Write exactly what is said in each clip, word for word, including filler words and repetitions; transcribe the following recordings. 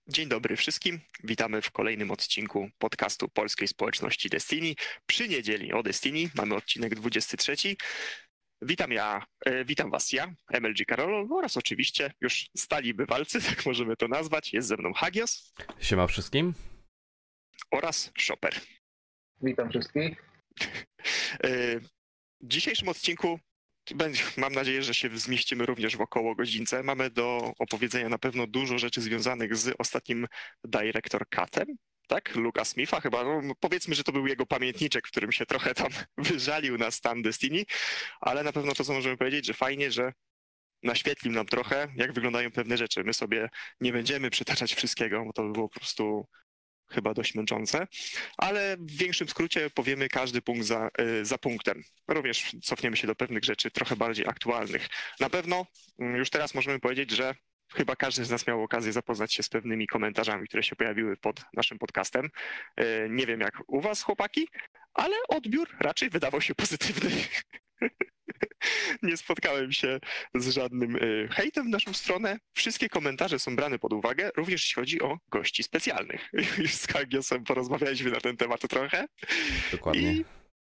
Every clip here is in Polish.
Dzień dobry wszystkim. Witamy w kolejnym odcinku podcastu Polskiej Społeczności Destiny. Przy niedzieli o Destiny mamy odcinek dwudziesty trzeci. Witam ja, e, witam was ja, M L G Karol oraz oczywiście już stali bywalcy, tak możemy to nazwać. Jest ze mną Hagios. Siema wszystkim. Oraz Shopper. Witam wszystkich. E, W dzisiejszym odcinku mam nadzieję, że się zmieścimy również w około godzince. Mamy do opowiedzenia na pewno dużo rzeczy związanych z ostatnim Director Cutem, tak? Luka Smitha chyba, no, powiedzmy, że to był jego pamiętniczek, w którym się trochę tam wyżalił na stan Destiny, ale na pewno to, co możemy powiedzieć, że fajnie, że naświetlił nam trochę, jak wyglądają pewne rzeczy. My sobie nie będziemy przytaczać wszystkiego, bo to by było po prostu chyba dość męczące, ale w większym skrócie powiemy każdy punkt za, za punktem. Również cofniemy się do pewnych rzeczy trochę bardziej aktualnych. Na pewno już teraz możemy powiedzieć, że chyba każdy z nas miał okazję zapoznać się z pewnymi komentarzami, które się pojawiły pod naszym podcastem. Nie wiem jak u was, chłopaki, ale odbiór raczej wydawał się pozytywny. Nie spotkałem się z żadnym hejtem w naszą stronę. Wszystkie komentarze są brane pod uwagę, również jeśli chodzi o gości specjalnych. Już z Hagiosem porozmawialiśmy na ten temat trochę. Dokładnie. I,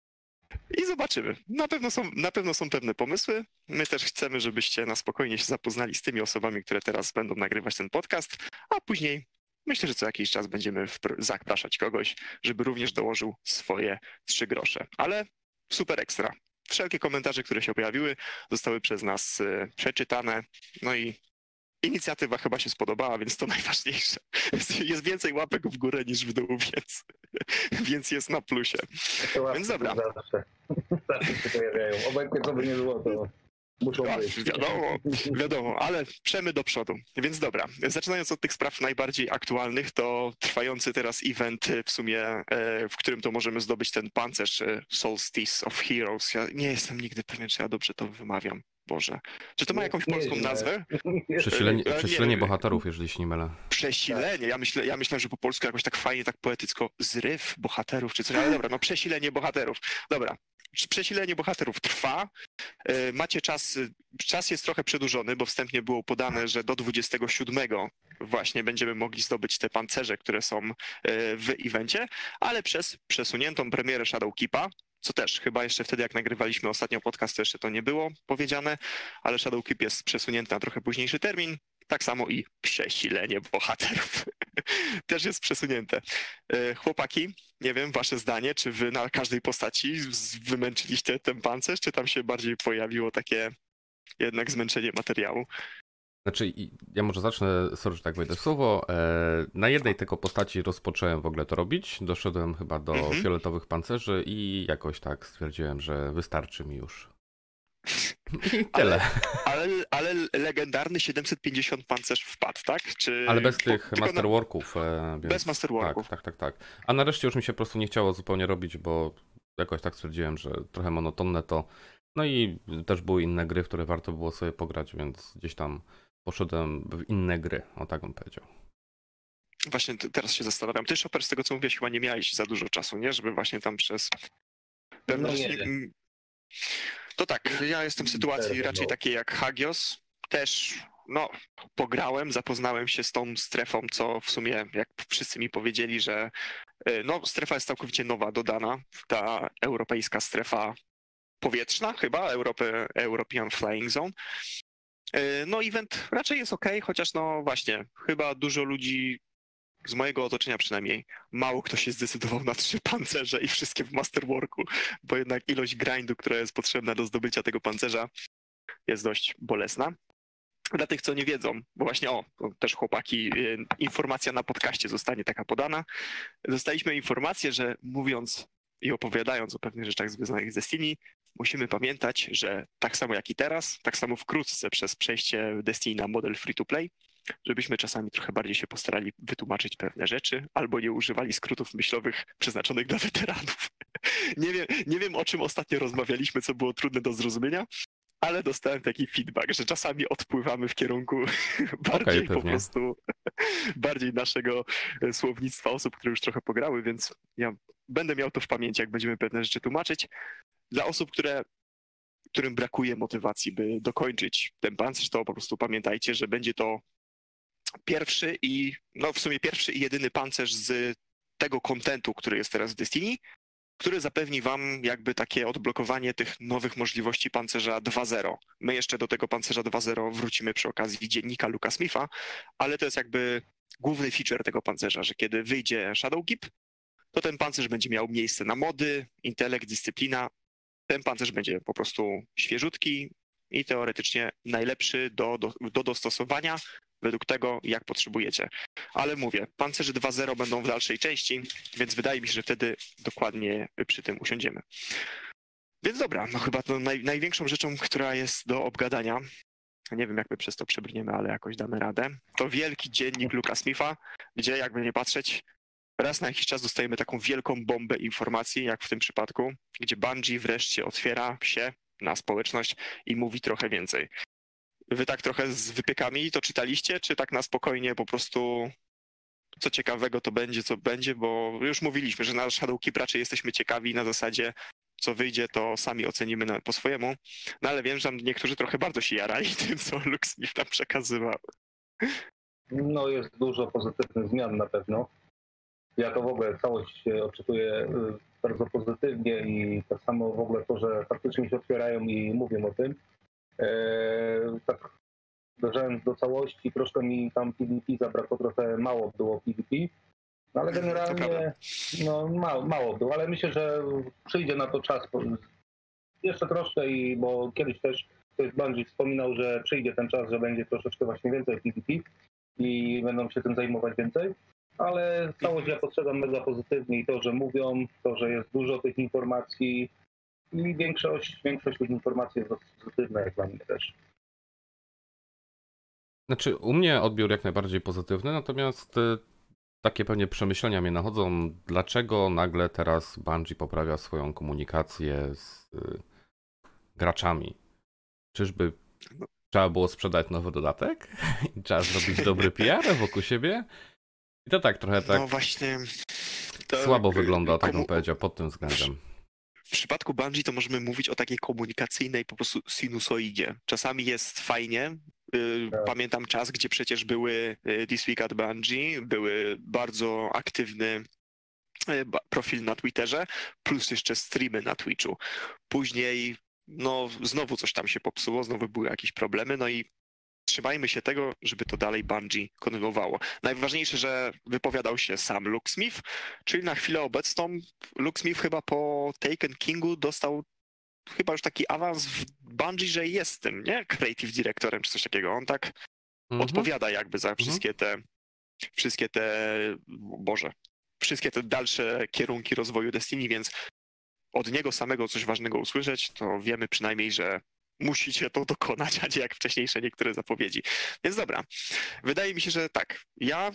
i zobaczymy. Na pewno, są, na pewno są pewne pomysły. My też chcemy, żebyście na spokojnie się zapoznali z tymi osobami, które teraz będą nagrywać ten podcast, a później myślę, że co jakiś czas będziemy zapraszać kogoś, żeby również dołożył swoje trzy grosze. Ale super ekstra. Wszelkie komentarze, które się pojawiły, zostały przez nas przeczytane. No i inicjatywa chyba się spodobała, więc to najważniejsze. Jest więcej łapek w górę niż w dół, więc, więc jest na plusie. Więc dobra. Zawsze, zawsze się pojawiają. Obojętnie co by nie było, to muszą No, być. wiadomo, wiadomo, ale przemy do przodu. Więc dobra, zaczynając od tych spraw najbardziej aktualnych, to trwający teraz event w sumie, w którym to możemy zdobyć ten pancerz Solstice of Heroes. Ja nie jestem nigdy pewien, czy ja dobrze to wymawiam. Boże. Czy to ma jakąś Nie, polską nie, nazwę? Przesilenie, Ja przesilenie nie- bohaterów, jeżeli się nie mylę. Przesilenie. Ja, myślę, ja myślałem, że po polsku jakoś tak fajnie, tak poetycko zryw bohaterów czy coś, ale dobra, no przesilenie bohaterów. Dobra. Przesilenie bohaterów trwa. E, Macie czas, czas jest trochę przedłużony, bo wstępnie było podane, że do dwudziestego siódmego właśnie będziemy mogli zdobyć te pancerze, które są e, w evencie, ale przez przesuniętą premierę Shadowkeepa, co też chyba jeszcze wtedy, jak nagrywaliśmy ostatnio podcast, to jeszcze to nie było powiedziane, ale Shadowkeep jest przesunięty na trochę późniejszy termin, tak samo i przesilenie bohaterów też jest przesunięte. E, Chłopaki, nie wiem, wasze zdanie, czy wy na każdej postaci z- wymęczyliście ten pancerz, czy tam się bardziej pojawiło takie jednak zmęczenie materiału? Znaczy, i- ja może zacznę, sorry, że tak wejdę w słowo. E, Na jednej tylko postaci rozpocząłem w ogóle to robić. Doszedłem chyba do Mhm. fioletowych pancerzy i jakoś tak stwierdziłem, że wystarczy mi już. I tyle. Ale, ale legendarny siedemset pięćdziesiąt pancerz wpadł, tak? Czy Ale bez po- tych tylko na- masterworków. e, Więc Bez masterworków. Tak, tak, tak, tak. A nareszcie już mi się po prostu nie chciało zupełnie robić, bo jakoś tak stwierdziłem, że trochę monotonne to. No i też były inne gry, w które warto było sobie pograć, więc gdzieś tam poszedłem w inne gry, o tak bym powiedział. Właśnie t- teraz się zastanawiam. Ty, Shopper, z tego co mówiłeś, chyba nie miałeś za dużo czasu, nie? Żeby właśnie tam przez pewne No rzeczy... nie. Mm. To tak, ja jestem w sytuacji Bardzo raczej mało. takiej jak Hagios. Też, no, pograłem, zapoznałem się z tą strefą, co w sumie, jak wszyscy mi powiedzieli, że y, no, strefa jest całkowicie nowa, dodana. Ta europejska strefa powietrzna chyba, Europy, European Flying Zone. Y, No, event raczej jest ok, chociaż no właśnie, chyba dużo ludzi z mojego otoczenia przynajmniej, mało kto się zdecydował na trzy pancerze i wszystkie w Masterworku, bo jednak ilość grindu, która jest potrzebna do zdobycia tego pancerza, jest dość bolesna. Dla tych, co nie wiedzą, bo właśnie o, to też chłopaki, y, informacja na podcaście zostanie taka podana. Dostaliśmy informację, że mówiąc i opowiadając o pewnych rzeczach związanych z Destiny, musimy pamiętać, że tak samo jak i teraz, tak samo wkrótce przez przejście Destiny na model free-to-play, żebyśmy czasami trochę bardziej się postarali wytłumaczyć pewne rzeczy, albo nie używali skrótów myślowych przeznaczonych dla weteranów. Nie wiem, nie wiem, o czym ostatnio rozmawialiśmy, co było trudne do zrozumienia, ale dostałem taki feedback, że czasami odpływamy w kierunku bardziej po pewnie. prostu bardziej naszego e, słownictwa osób, które już trochę pograły, więc ja będę miał to w pamięci, jak będziemy pewne rzeczy tłumaczyć. Dla osób, które, którym brakuje motywacji, by dokończyć ten pancerz, to po prostu pamiętajcie, że będzie to pierwszy i, no w sumie pierwszy i jedyny pancerz z tego kontentu, który jest teraz w Destiny, który zapewni wam jakby takie odblokowanie tych nowych możliwości pancerza dwa zero. My jeszcze do tego pancerza dwa zero wrócimy przy okazji dziennika Luka Smitha, ale to jest jakby główny feature tego pancerza, że kiedy wyjdzie Shadowkeep, to ten pancerz będzie miał miejsce na mody, intelekt, dyscyplina. Ten pancerz będzie po prostu świeżutki i teoretycznie najlepszy do, do, do dostosowania według tego, jak potrzebujecie. Ale mówię, pancerze dwa zero będą w dalszej części, więc wydaje mi się, że wtedy dokładnie przy tym usiądziemy. Więc dobra, no chyba to naj, największą rzeczą, która jest do obgadania, nie wiem jak my przez to przebrniemy, ale jakoś damy radę, to wielki dziennik Luka Smitha, gdzie jakby nie patrzeć, raz na jakiś czas dostajemy taką wielką bombę informacji, jak w tym przypadku, gdzie Bungie wreszcie otwiera się na społeczność i mówi trochę więcej. Wy tak trochę z wypiekami to czytaliście, czy tak na spokojnie po prostu co ciekawego to będzie, co będzie, bo już mówiliśmy, że na Shadowkeep raczej jesteśmy ciekawi na zasadzie co wyjdzie, to sami ocenimy na, po swojemu, no ale wiem, że tam niektórzy trochę bardzo się jarali tym, co Luke Smith tam przekazywał. No jest dużo pozytywnych zmian na pewno. Ja to w ogóle całość odczytuję bardzo pozytywnie i tak samo w ogóle to, że faktycznie się otwierają i mówią o tym. Eee, tak zderzając do całości, troszkę mi tam PvP zabrakło, trochę mało było PvP, no ale generalnie no, mało, mało było, ale myślę, że przyjdzie na to czas jeszcze troszkę, i bo kiedyś też ktoś z Bungie wspominał, że przyjdzie ten czas, że będzie troszeczkę właśnie więcej PvP i będą się tym zajmować więcej. Ale całość ja postrzegam mega pozytywnie i to, że mówią, to, że jest dużo tych informacji i większość, większość tych informacji jest dosyć pozytywna, jak dla mnie też. Znaczy, u mnie odbiór jak najbardziej pozytywny, natomiast y, takie pewnie przemyślenia mnie nachodzą, dlaczego nagle teraz Bungie poprawia swoją komunikację z y, graczami. Czyżby trzeba było sprzedać nowy dodatek? I trzeba zrobić dobry P R wokół siebie? I to tak trochę tak No właśnie, to słabo wygląda, tak komu... bym powiedział, pod tym względem. W przypadku Bungie to możemy mówić o takiej komunikacyjnej po prostu sinusoidzie. Czasami jest fajnie. Pamiętam czas, gdzie przecież były This Week at Bungie, były bardzo aktywny profil na Twitterze, plus jeszcze streamy na Twitchu. Później no znowu coś tam się popsuło, znowu były jakieś problemy, no i trzymajmy się tego, żeby to dalej Bungie kontynuowało. Najważniejsze, że wypowiadał się sam Luke Smith, czyli na chwilę obecną Luke Smith chyba po Taken Kingu dostał chyba już taki awans w Bungie, że jest tym, nie? Creative Directorem czy coś takiego. On tak mhm. odpowiada jakby za wszystkie mhm. te wszystkie te, Boże, wszystkie te dalsze kierunki rozwoju Destiny, więc od niego samego coś ważnego usłyszeć, to wiemy przynajmniej, że musicie to dokonać, a nie jak wcześniejsze niektóre zapowiedzi. Więc dobra, wydaje mi się, że tak, ja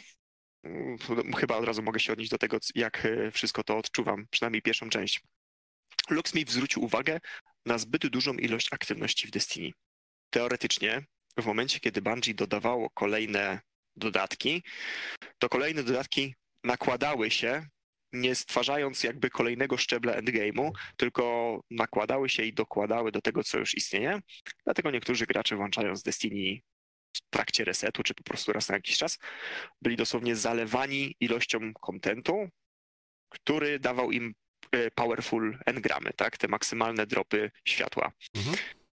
chyba od razu mogę się odnieść do tego, jak wszystko to odczuwam, przynajmniej pierwszą część. Luke Smith zwrócił uwagę na zbyt dużą ilość aktywności w Destiny. Teoretycznie, w momencie, kiedy Bungie dodawało kolejne dodatki, to kolejne dodatki nakładały się, nie stwarzając jakby kolejnego szczebla endgame'u, tylko nakładały się i dokładały do tego, co już istnieje. Dlatego niektórzy gracze, włączając Destiny w trakcie resetu, czy po prostu raz na jakiś czas, byli dosłownie zalewani ilością kontentu, który dawał im powerful engramy, tak? Te maksymalne dropy światła. Mhm.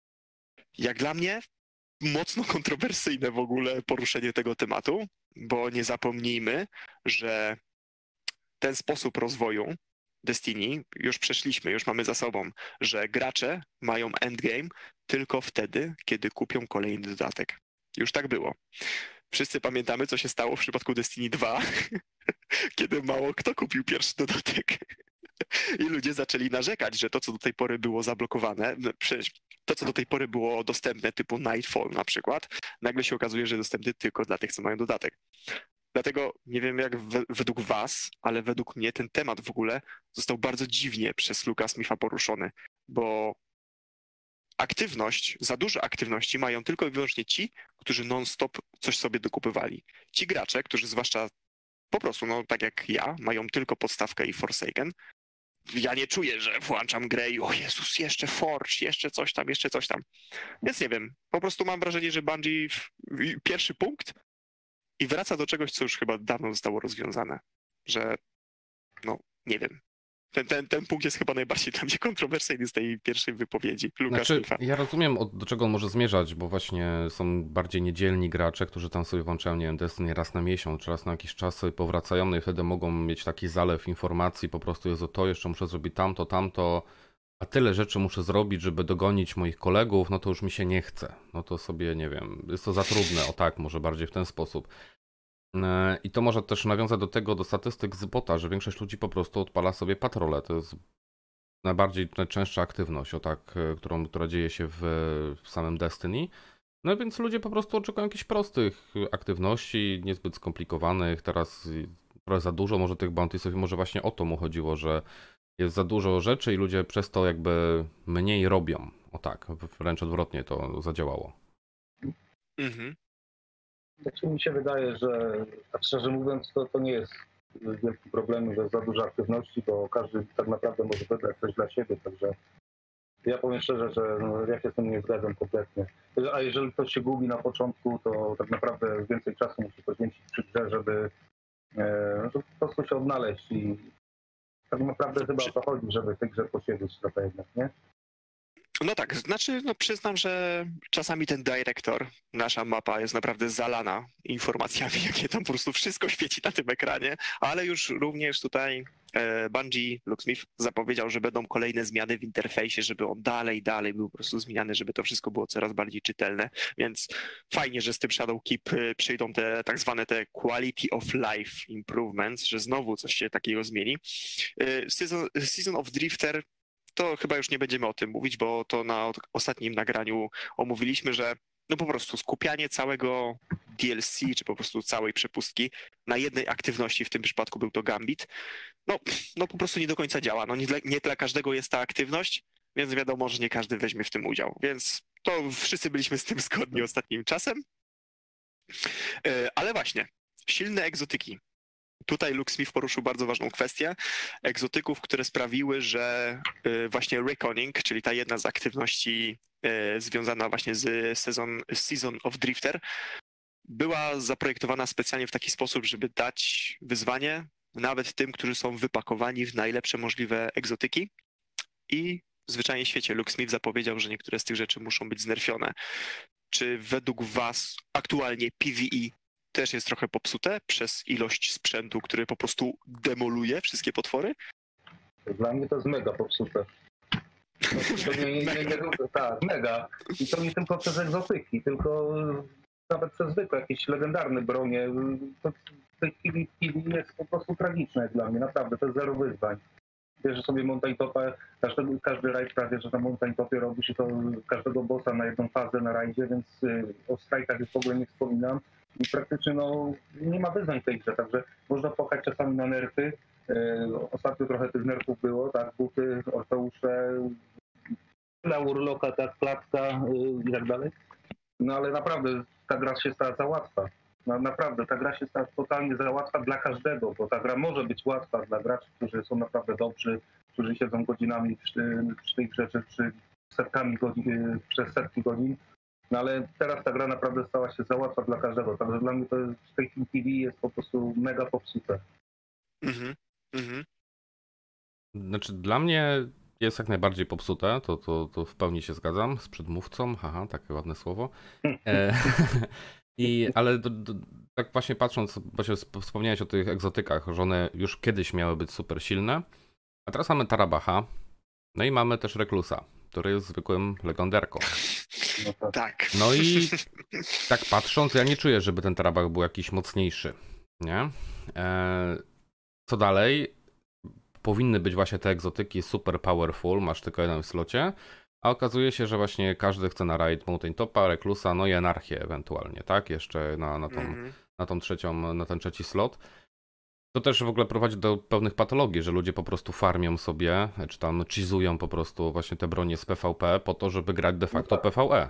Jak dla mnie mocno kontrowersyjne w ogóle poruszenie tego tematu, bo nie zapomnijmy, że ten sposób rozwoju Destiny już przeszliśmy, już mamy za sobą, że gracze mają endgame tylko wtedy, kiedy kupią kolejny dodatek. Już tak było. Wszyscy pamiętamy, co się stało w przypadku Destiny dwa, kiedy mało kto kupił pierwszy dodatek. I ludzie zaczęli narzekać, że to, co do tej pory było zablokowane, przecież to, co do tej pory było dostępne, typu Nightfall na przykład, nagle się okazuje, że dostępny tylko dla tych, co mają dodatek. Dlatego nie wiem jak we, według was, ale według mnie ten temat w ogóle został bardzo dziwnie przez Luka Smitha poruszony, bo aktywność, za dużo aktywności mają tylko i wyłącznie ci, którzy non-stop coś sobie dokupywali. Ci gracze, którzy zwłaszcza po prostu, no tak jak ja, mają tylko podstawkę i Forsaken. Ja nie czuję, że włączam grę i o Jezus, jeszcze Forge, jeszcze coś tam, jeszcze coś tam. Więc nie wiem, po prostu mam wrażenie, że Bungie, pierwszy punkt, i wraca do czegoś, co już chyba dawno zostało rozwiązane, że no, nie wiem. Ten, ten, ten punkt jest chyba najbardziej dla mnie kontrowersyjny z tej pierwszej wypowiedzi Luka Znaczy, Smitha. ja rozumiem, od, do czego on może zmierzać, bo właśnie są bardziej niedzielni gracze, którzy tam sobie włączają, nie wiem, Destiny raz na miesiąc, czy raz na jakiś czas sobie powracają, no i wtedy mogą mieć taki zalew informacji, po prostu jest o to, jeszcze muszę zrobić tamto, tamto, a tyle rzeczy muszę zrobić, żeby dogonić moich kolegów, no to już mi się nie chce. No to sobie, nie wiem, jest to za trudne, o tak, może bardziej w ten sposób. I to może też nawiązać do tego, do statystyk z bota, że większość ludzi po prostu odpala sobie patrole. To jest najbardziej, najczęstsza aktywność, o tak, którą, która dzieje się w, w samym Destiny. No więc ludzie po prostu oczekują jakichś prostych aktywności, niezbyt skomplikowanych. Teraz trochę za dużo może tych bountiesów i może właśnie o to mu chodziło, że jest za dużo rzeczy i ludzie przez to jakby mniej robią. O tak, wręcz odwrotnie to zadziałało. Mhm. Znaczy mi się wydaje, że tak szczerze mówiąc, to, to nie jest wielki problem, że za dużo aktywności, bo każdy tak naprawdę może wybrać coś dla siebie, także ja powiem szczerze, że no, ja się z tym nie zgadzam kompletnie. A jeżeli ktoś się gubi na początku, to tak naprawdę więcej czasu musi poświęcić przy grze, żeby, e, żeby po prostu się odnaleźć i tak naprawdę chyba o to chodzi, żeby w tej grze posiedzieć trochę jednak, nie? No tak, znaczy no przyznam, że czasami ten dyrektor, nasza mapa jest naprawdę zalana informacjami, jakie tam po prostu wszystko świeci na tym ekranie, ale już również tutaj e, Bungie, Luke Smith zapowiedział, że będą kolejne zmiany w interfejsie, żeby on dalej, dalej był po prostu zmieniany, żeby to wszystko było coraz bardziej czytelne, więc fajnie, że z tym Shadowkeep przyjdą te tak zwane te Quality of Life Improvements, że znowu coś się takiego zmieni. E, Season, Season of Drifter to chyba już nie będziemy o tym mówić, bo to na ostatnim nagraniu omówiliśmy, że no po prostu skupianie całego D L C, czy po prostu całej przepustki na jednej aktywności, w tym przypadku był to Gambit, no, no po prostu nie do końca działa. No nie dla, nie dla każdego jest ta aktywność, więc wiadomo, że nie każdy weźmie w tym udział. Więc to wszyscy byliśmy z tym zgodni ostatnim czasem. Ale właśnie, silne egzotyki. Tutaj Luke Smith poruszył bardzo ważną kwestię egzotyków, które sprawiły, że właśnie Reckoning, czyli ta jedna z aktywności związana właśnie z Season, Season of Drifter, była zaprojektowana specjalnie w taki sposób, żeby dać wyzwanie nawet tym, którzy są wypakowani w najlepsze możliwe egzotyki. I w zwyczajnie świecie Luke Smith zapowiedział, że niektóre z tych rzeczy muszą być znerfione. Czy według was aktualnie P V E też jest trochę popsute przez ilość sprzętu, który po prostu demoluje wszystkie potwory? Dla mnie to jest mega popsute. To nie, nie, nie, nie, tak, mega. I to nie tylko przez egzotyki, tylko nawet przez zwykłe jakieś legendarne bronie. To w tej chwili jest po prostu tragiczne dla mnie, naprawdę, to jest zero wyzwań. Bierzesz sobie Mountain Topa, każdy, każdy rajd prawie, że na Mountain Topie robisz i to każdego bossa na jedną fazę na rajdzie, więc o strajkach już w ogóle nie wspominam. I praktycznie no, nie ma wyzwań w tej grze, także można płakać czasami na nerfy. Ostatnio trochę tych nerfów było, tak, buty, orfeusze, dla urloka, tak, klatka i tak dalej. No ale naprawdę ta gra się stała za łatwa. No, naprawdę ta gra się stała totalnie za łatwa dla każdego, bo ta gra może być łatwa dla graczy, którzy są naprawdę dobrzy, którzy siedzą godzinami przy, przy tej grze, czy przy setkami godzin, przez setki godzin. No ale teraz ta gra naprawdę stała się za łatwa dla każdego, także dla mnie to jest, w tej chwili T V jest po prostu mega popsute. Mhm, mhm. Znaczy dla mnie jest jak najbardziej popsute, to, to, to w pełni się zgadzam z przedmówcą, haha, takie ładne słowo. E, i, ale do, do, tak właśnie patrząc, bo się wspomniałeś o tych egzotykach, że one już kiedyś miały być super silne, a teraz mamy Tarabaha, no i mamy też Reklusa, który jest zwykłym legendarką. No tak. No i tak patrząc, ja nie czuję, żeby ten Tarabach był jakiś mocniejszy, nie? E, co dalej? Powinny być właśnie te egzotyki super powerful, masz tylko jeden w slocie, a okazuje się, że właśnie każdy chce na raid Mountain Topa, Reklusa, no i Anarchię ewentualnie, tak? Jeszcze na, na, tą, mm-hmm. na tą trzecią, na ten trzeci slot. To też w ogóle prowadzi do pewnych patologii, że ludzie po prostu farmią sobie, czy tam cheezują po prostu właśnie te bronie z P V P po to, żeby grać de facto P V E.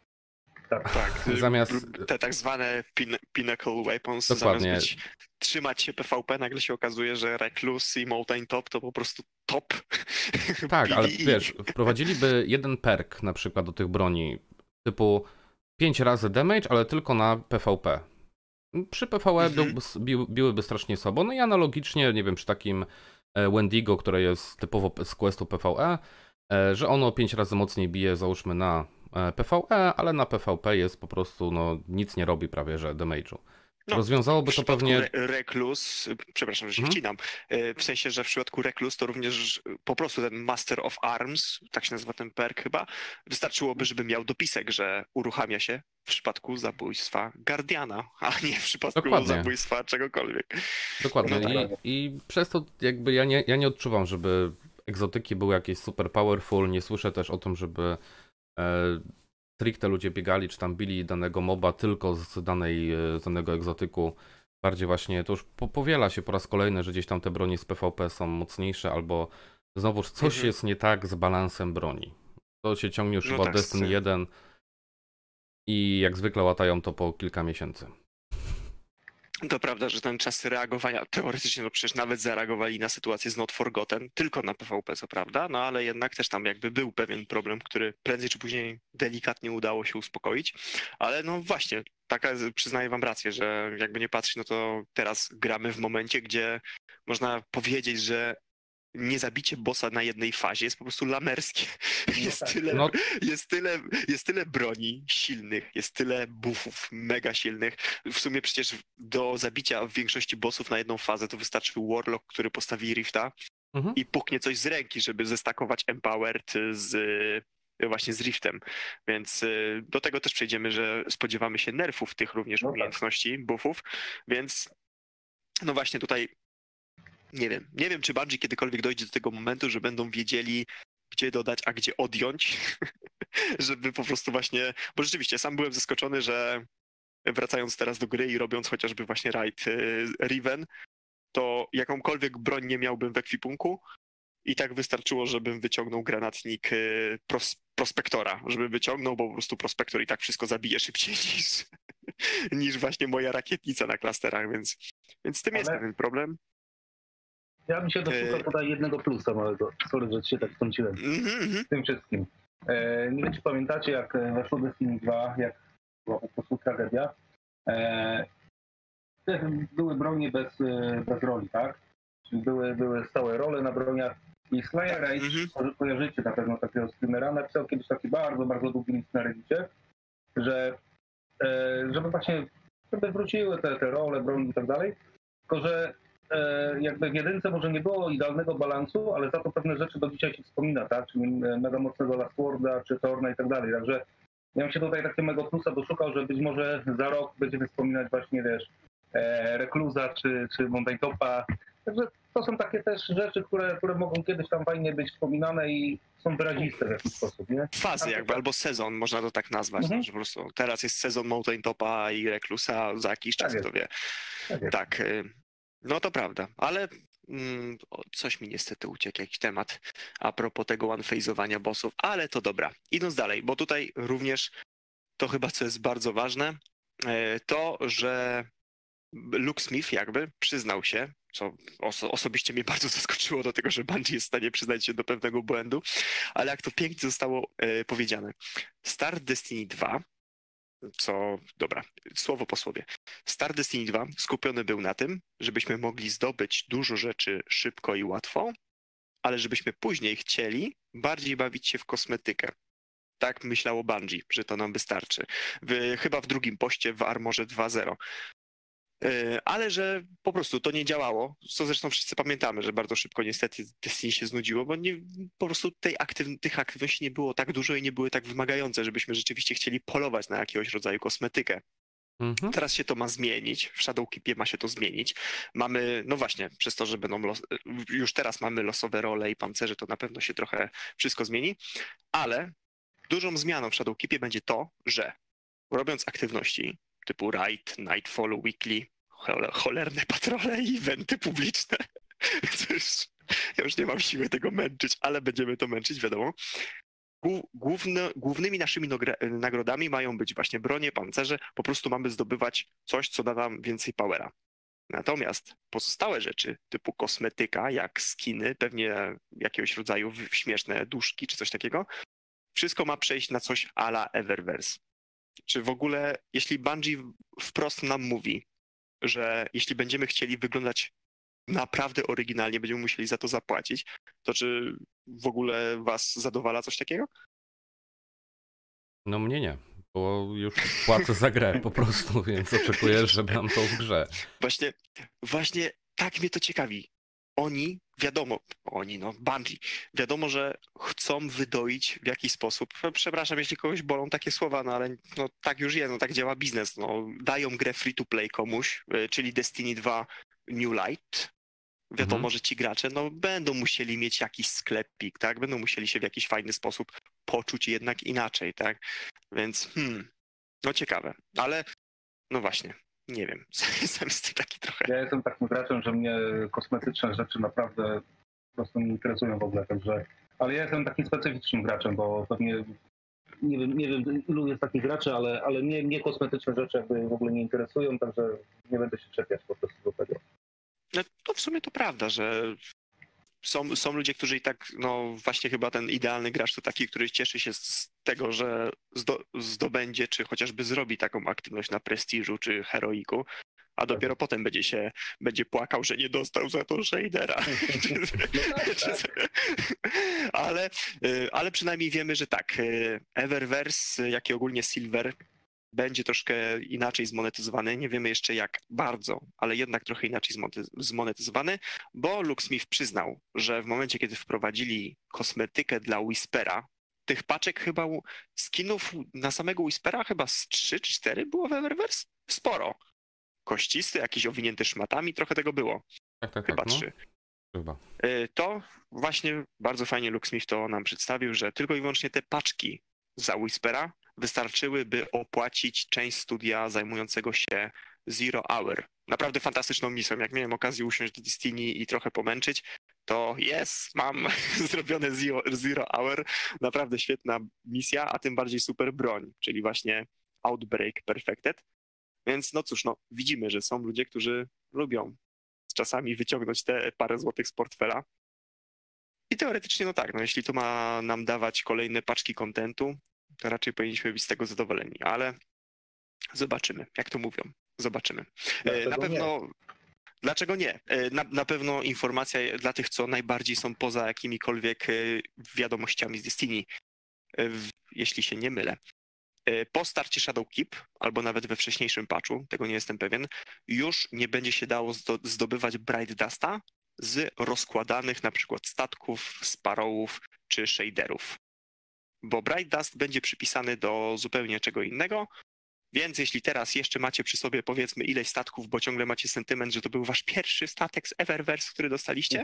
Tak, tak. Zamiast... Te tak zwane pin- pinnacle weapons, Dokładnie. zamiast być, trzymać się P V P, nagle się okazuje, że Recluse i Mountain Top to po prostu top. Tak, ale wiesz, wprowadziliby jeden perk na przykład do tych broni, typu pięć razy damage, ale tylko na P V P. Przy P V E Mhm. był, bił, biłyby strasznie słabo. No i analogicznie, nie wiem, przy takim e, Wendigo, które jest typowo z questu P V E, e, że ono pięć razy mocniej bije, załóżmy na e, P V E, ale na P V P jest po prostu, no nic nie robi prawie, że damage'u. No, w Rozwiązałoby to przypadku pewnie... Re- Reclus, przepraszam, że się Mhm. wcinam, e, w sensie, że w przypadku Reclus to również po prostu ten Master of Arms, tak się nazywa ten perk chyba, wystarczyłoby, żeby miał dopisek, że uruchamia się w przypadku zabójstwa Guardiana, a nie w przypadku Dokładnie. zabójstwa czegokolwiek. Dokładnie. No I, I przez to jakby ja nie, ja nie odczuwam, żeby egzotyki były jakieś super powerful. Nie słyszę też o tym, żeby e, stricte ludzie biegali czy tam bili danego moba tylko z, danej, z danego egzotyku. Bardziej właśnie to już po, powiela się po raz kolejny, że gdzieś tam te broni z P V P są mocniejsze, albo znowuż coś Mhm. jest nie tak z balansem broni. To się ciągnie już No chyba tak, Destiny z- jeden i jak zwykle łatają to po kilka miesięcy. To prawda, że ten czas reagowania, teoretycznie no przecież nawet zareagowali na sytuację z Not Forgotten, tylko na P V P co prawda, no ale jednak też tam jakby był pewien problem, który prędzej czy później delikatnie udało się uspokoić, ale no właśnie, taka, przyznaję wam rację, że jakby nie patrzeć, no to teraz gramy w momencie, gdzie można powiedzieć, że niezabicie bossa na jednej fazie jest po prostu lamerskie. Jest, tak. tyle, No, jest, tyle, jest tyle broni silnych, jest tyle buffów mega silnych. W sumie przecież do zabicia w większości bossów na jedną fazę to wystarczy Warlock, który postawi Rifta mhm. i puknie coś z ręki, żeby zestakować Empowered z właśnie z Riftem. Więc y, do tego też przejdziemy, że spodziewamy się nerfów tych również No tak. umiejętności, buffów, więc no właśnie tutaj nie wiem. Nie wiem, czy Bungie kiedykolwiek dojdzie do tego momentu, że będą wiedzieli, gdzie dodać, a gdzie odjąć, żeby po prostu właśnie... Bo rzeczywiście, sam byłem zaskoczony, że wracając teraz do gry i robiąc chociażby właśnie raid y, Riven, to jakąkolwiek broń nie miałbym w ekwipunku i tak wystarczyło, żebym wyciągnął granatnik y, pros, prospektora, żeby wyciągnął, bo po prostu prospektor i tak wszystko zabije szybciej niż, niż właśnie moja rakietnica na klasterach, więc, więc z tym jest Ale- pewien problem. Ja bym się doszukał E, tutaj jednego plusa małego. Sorry, że się tak wtrąciłem mhm, mhm. w tym wszystkim. E, nie wiem, czy pamiętacie, jak weszło Destiny dwa, jak była po prostu tragedia. E, były bronie bez, e, bez roli, tak? Czyli były, były stałe role na broniach. I Slayer Rage, Mhm. może kojarzycie na pewno takiego streamera, napisał kiedyś taki bardzo, bardzo długi list na Reddicie, że e, żeby właśnie żeby wróciły te, te role, broni i tak dalej, tylko że e, jakby w jedynce może nie było idealnego balansu, ale za to pewne rzeczy do dzisiaj się wspomina, tak? Czyli mega mocnego Last Worda, czy Torna i tak dalej. Także ja bym się tutaj takiego mega plusa doszukał, że być może za rok będziemy wspominać właśnie, wiesz, e, Rekluza, czy, czy Mountain Topa. Także to są takie też rzeczy, które, które mogą kiedyś tam fajnie być wspominane i są wyraziste w jakiś sposób, nie? Fazy jakby, albo sezon, można to tak nazwać, Mhm. no, że po prostu teraz jest sezon Mountain Topa i Reklusa, za jakiś Tak czas jest. kto wie. Tak jest. Tak, y, no to prawda, ale mm, o, coś mi niestety uciekł, jakiś temat a propos tego one-phase'owania bossów, ale to dobra. Idąc dalej, bo tutaj również to chyba co jest bardzo ważne, y, to, że Luke Smith jakby przyznał się, co oso- osobiście mnie bardzo zaskoczyło do tego, że Bungie jest w stanie przyznać się do pewnego błędu, ale jak to pięknie zostało e, powiedziane. Start Destiny dwa, co, dobra, słowo po słowie. Start Destiny dwa skupiony był na tym, żebyśmy mogli zdobyć dużo rzeczy szybko i łatwo, ale żebyśmy później chcieli bardziej bawić się w kosmetykę. Tak myślało Bungie, że to nam wystarczy. W, chyba w drugim poście w Armorze dwa zero. Yy, Ale że po prostu to nie działało, co zresztą wszyscy pamiętamy, że bardzo szybko niestety Destiny się znudziło, bo nie, po prostu tej aktyw- tych aktywności nie było tak dużo i nie były tak wymagające, żebyśmy rzeczywiście chcieli polować na jakiegoś rodzaju kosmetykę. Mhm. Teraz się to ma zmienić, w Shadowkeepie ma się to zmienić. Mamy, no właśnie, przez to, że będą los- już teraz mamy losowe role i pancerze, to na pewno się trochę wszystko zmieni, ale dużą zmianą w Shadowkeepie będzie to, że robiąc aktywności typu Raid, Nightfall, Weekly, chole- cholerne patrole i eventy publiczne. Cóż, ja już nie mam siły tego męczyć, ale będziemy to męczyć, wiadomo. Głó- Główne, głównymi naszymi nogra- nagrodami mają być właśnie bronie, pancerze. Po prostu mamy zdobywać coś, co da nam więcej powera. Natomiast pozostałe rzeczy, typu kosmetyka, jak skiny, pewnie jakiegoś rodzaju w- śmieszne duszki czy coś takiego, wszystko ma przejść na coś a la Eververse. Czy w ogóle, jeśli Bungie wprost nam mówi, że jeśli będziemy chcieli wyglądać naprawdę oryginalnie, będziemy musieli za to zapłacić, to czy w ogóle was zadowala coś takiego? No mnie nie, bo już płacę za grę po prostu, więc oczekuję, że mam to w grze. Właśnie, właśnie tak mnie to ciekawi. Oni, wiadomo, oni no, Bungie, wiadomo, że chcą wydoić w jakiś sposób. Przepraszam, jeśli kogoś bolą takie słowa, no ale no, tak już jest, no tak działa biznes. No, dają grę free to play komuś, y, czyli Destiny dwa New Light. Wiadomo, Mhm. że ci gracze no, będą musieli mieć jakiś sklepik, tak? Będą musieli się w jakiś fajny sposób poczuć jednak inaczej, tak? Więc hmm, no ciekawe, ale no właśnie, nie wiem, zemsty taki trochę. Ja jestem takim graczem, że mnie kosmetyczne rzeczy naprawdę po prostu nie interesują w ogóle, także... Ale ja jestem takim specyficznym graczem, bo pewnie nie wiem, nie wiem ilu jest takich graczy, ale, ale mnie, mnie kosmetyczne rzeczy jakby w ogóle nie interesują, także nie będę się czepiać po prostu do tego. No to w sumie to prawda, że są, są ludzie, którzy i tak, no właśnie chyba ten idealny gracz to taki, który cieszy się z tego, że zdo, zdobędzie, czy chociażby zrobi taką aktywność na prestiżu, czy heroiku, a dopiero tak. potem będzie się, będzie płakał, że nie dostał za to shadera. No tak, tak. ale, ale przynajmniej wiemy, że tak, Eververse, jak i ogólnie Silver będzie troszkę inaczej zmonetyzowany. Nie wiemy jeszcze jak bardzo, ale jednak trochę inaczej zmonetyzowany, bo Luxsmith przyznał, że w momencie, kiedy wprowadzili kosmetykę dla Whispera, tych paczek chyba, skinów na samego Whispera chyba z trzy czy cztery było w Eververse? Sporo. Kościsty, jakiś owinięty szmatami, trochę tego było. Tak, tak, chyba tak, trzy. No. Chyba. To właśnie bardzo fajnie Luxsmith to nam przedstawił, że tylko i wyłącznie te paczki za Whispera wystarczyły, by opłacić część studia zajmującego się Zero Hour. Naprawdę fantastyczną misją. Jak miałem okazję usiąść do Destiny i trochę pomęczyć, to jest, mam zrobione Zero, Zero Hour. Naprawdę świetna misja, a tym bardziej super broń, czyli właśnie Outbreak Perfected. Więc no cóż, no widzimy, że są ludzie, którzy lubią czasami wyciągnąć te parę złotych z portfela. I teoretycznie no tak, no jeśli to ma nam dawać kolejne paczki kontentu, to raczej powinniśmy być z tego zadowoleni, ale zobaczymy, jak to mówią, zobaczymy. Dlaczego na pewno, nie? Dlaczego nie? Na, na pewno informacja dla tych, co najbardziej są poza jakimikolwiek wiadomościami z Destiny, jeśli się nie mylę. Po starcie Shadowkeep, albo nawet we wcześniejszym patchu, tego nie jestem pewien, już nie będzie się dało zdobywać Bright Dusta z rozkładanych na przykład statków, sparrowów czy shaderów. Bo Bright Dust będzie przypisany do zupełnie czego innego, więc jeśli teraz jeszcze macie przy sobie powiedzmy ileś statków, bo ciągle macie sentyment, że to był wasz pierwszy statek z Eververse, który dostaliście,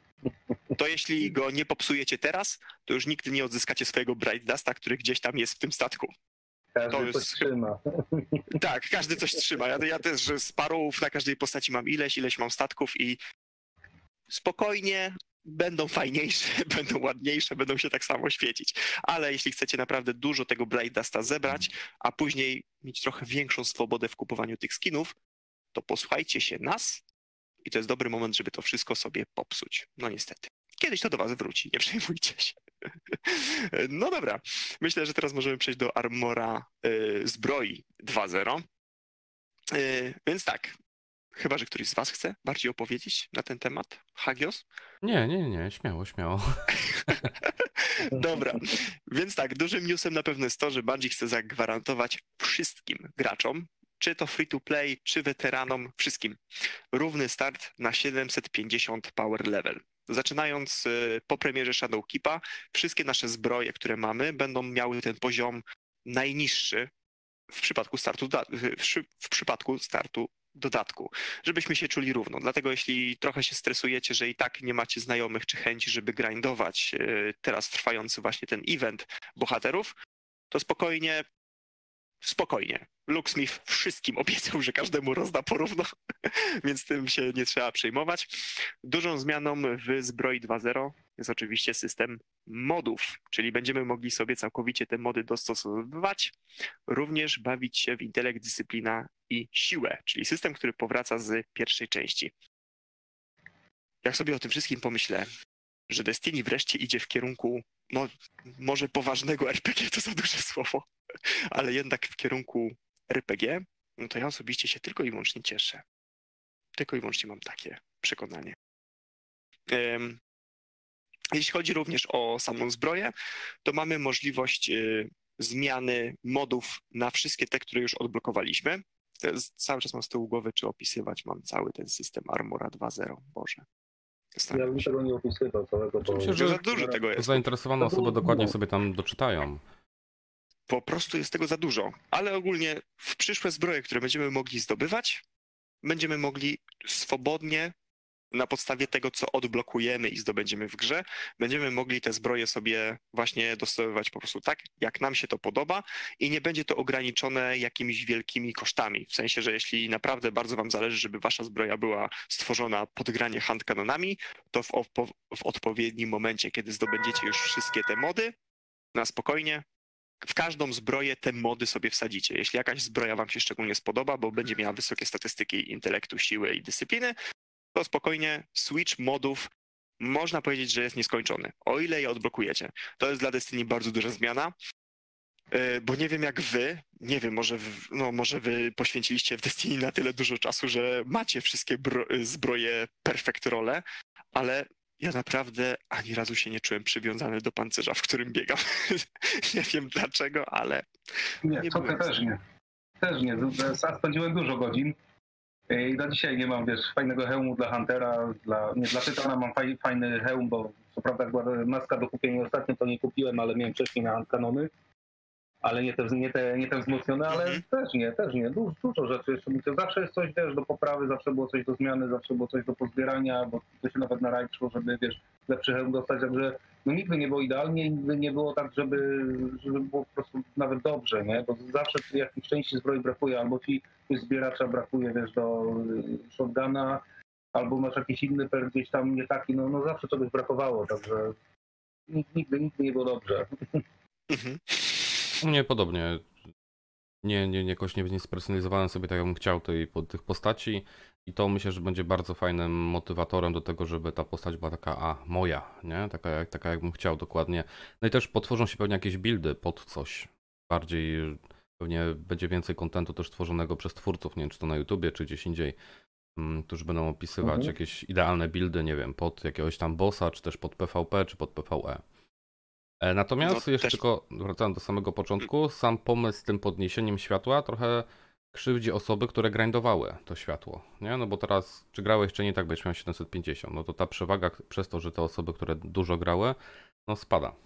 to jeśli go nie popsujecie teraz, to już nigdy nie odzyskacie swojego Bright Dusta, który gdzieś tam jest w tym statku. Każdy to coś jest... trzyma. Tak, każdy coś trzyma. Ja, ja też z parów na każdej postaci mam ileś, ileś mam statków i spokojnie będą fajniejsze, będą ładniejsze, będą się tak samo świecić. Ale jeśli chcecie naprawdę dużo tego Bright Dusta zebrać, a później mieć trochę większą swobodę w kupowaniu tych skinów, to posłuchajcie się nas i to jest dobry moment, żeby to wszystko sobie popsuć. No niestety. Kiedyś to do was wróci, nie przejmujcie się. No dobra, myślę, że teraz możemy przejść do Armora y, zbroi dwa zero. Y, więc tak, chyba że któryś z was chce bardziej opowiedzieć na ten temat, Hagios? Nie, nie, nie, śmiało, śmiało. Dobra, więc tak, dużym newsem na pewno jest to, że Bungie chce zagwarantować wszystkim graczom, czy to free to play, czy weteranom, wszystkim, równy start na siedemset pięćdziesiąt power level. Zaczynając po premierze Shadowkeepa, wszystkie nasze zbroje, które mamy, będą miały ten poziom najniższy w przypadku startu, w przypadku startu dodatku, żebyśmy się czuli równo. Dlatego jeśli trochę się stresujecie, że i tak nie macie znajomych czy chęci, żeby grindować teraz trwający właśnie ten event bohaterów, to spokojnie, spokojnie. Luxsmith wszystkim obiecał, że każdemu rozda porówno, więc tym się nie trzeba przejmować. Dużą zmianą w zbroi dwa zero jest oczywiście system modów, czyli będziemy mogli sobie całkowicie te mody dostosowywać, również bawić się w intelekt, dyscyplina i siłę, czyli system, który powraca z pierwszej części. Jak sobie o tym wszystkim pomyślę, że Destiny wreszcie idzie w kierunku, no może poważnego er pe gie to za duże słowo, ale jednak w kierunku er pe gie, no to ja osobiście się tylko i wyłącznie cieszę. Tylko i wyłącznie mam takie przekonanie. Um, jeśli chodzi również o samą zbroję, to mamy możliwość y, zmiany modów na wszystkie te, które już odblokowaliśmy. To jest, cały czas mam z tyłu głowy, czy opisywać mam cały ten system Armora dwa zero. Boże. Ja bym się. tego nie opisywał całego, bo... Myślę, że za dużo tego jest. Zainteresowane osoby dokładnie sobie tam doczytają. Po prostu jest tego za dużo. Ale ogólnie w przyszłe zbroje, które będziemy mogli zdobywać, będziemy mogli swobodnie na podstawie tego, co odblokujemy i zdobędziemy w grze, będziemy mogli te zbroje sobie właśnie dostosowywać po prostu tak, jak nam się to podoba i nie będzie to ograniczone jakimiś wielkimi kosztami. W sensie, że jeśli naprawdę bardzo wam zależy, żeby wasza zbroja była stworzona pod granie handkanonami, to w, opo- w odpowiednim momencie, kiedy zdobędziecie już wszystkie te mody, na spokojnie, w każdą zbroję te mody sobie wsadzicie. Jeśli jakaś zbroja wam się szczególnie spodoba, bo będzie miała wysokie statystyki intelektu, siły i dyscypliny, to spokojnie switch modów można powiedzieć, że jest nieskończony, o ile je odblokujecie. To jest dla Destiny bardzo duża zmiana, bo nie wiem jak wy, nie wiem, może, w, no, może wy poświęciliście w Destiny na tyle dużo czasu, że macie wszystkie bro- zbroje perfect role, ale ja naprawdę ani razu się nie czułem przywiązany do pancerza, w którym biegam. Nie wiem dlaczego, ale Nie, nie co ty byłem. też nie. Też nie. Ja spędziłem dużo godzin i do dzisiaj nie mam, wiesz, fajnego hełmu dla Huntera, dla, nie dla Tytana mam faj, fajny hełm, bo co prawda była maska do kupienia ostatnio, to nie kupiłem, ale miałem wcześniej na kanony, ale nie te, nie te, nie te wzmocnione, ale Mhm. też nie, też nie. Dużo, dużo rzeczy jeszcze. Zawsze jest coś, wiesz, do poprawy, zawsze było coś do zmiany, zawsze było coś do pozbierania, bo to się nawet na rajd szło, żeby, wiesz, lepszy hełm dostać, także no nigdy nie było idealnie, nigdy nie było tak, żeby, żeby było po prostu nawet dobrze, nie? Bo zawsze jakiejś części zbroi brakuje, albo ci zbieracza brakuje, wiesz, do shotguna, albo masz jakiś inny per gdzieś tam nie taki, no, no zawsze czegoś brakowało, także nigdy, nigdy nie było dobrze. Mhm. U mnie podobnie. Nie, nie, jakoś nie, nie spersonalizowałem sobie tak, jakbym chciał tej, tych postaci i to myślę, że będzie bardzo fajnym motywatorem do tego, żeby ta postać była taka, a moja, nie? Taka, jak, taka jakbym chciał dokładnie. No i też potworzą się pewnie jakieś buildy pod coś. Bardziej, pewnie będzie więcej kontentu też tworzonego przez twórców, nie wiem czy to na YouTubie, czy gdzieś indziej, mm, którzy będą opisywać Mhm. jakieś idealne buildy, nie wiem, pod jakiegoś tam bossa, czy też pod P V P, czy pod P V E. E, Natomiast No, jeszcze też- tylko wracając do samego początku, sam pomysł z tym podniesieniem światła trochę krzywdzi osoby, które grindowały to światło, nie? No bo teraz, czy grałeś, czy nie, tak będziesz miał siedemset pięćdziesiąt, no to ta przewaga przez to, że te osoby, które dużo grały, no spada.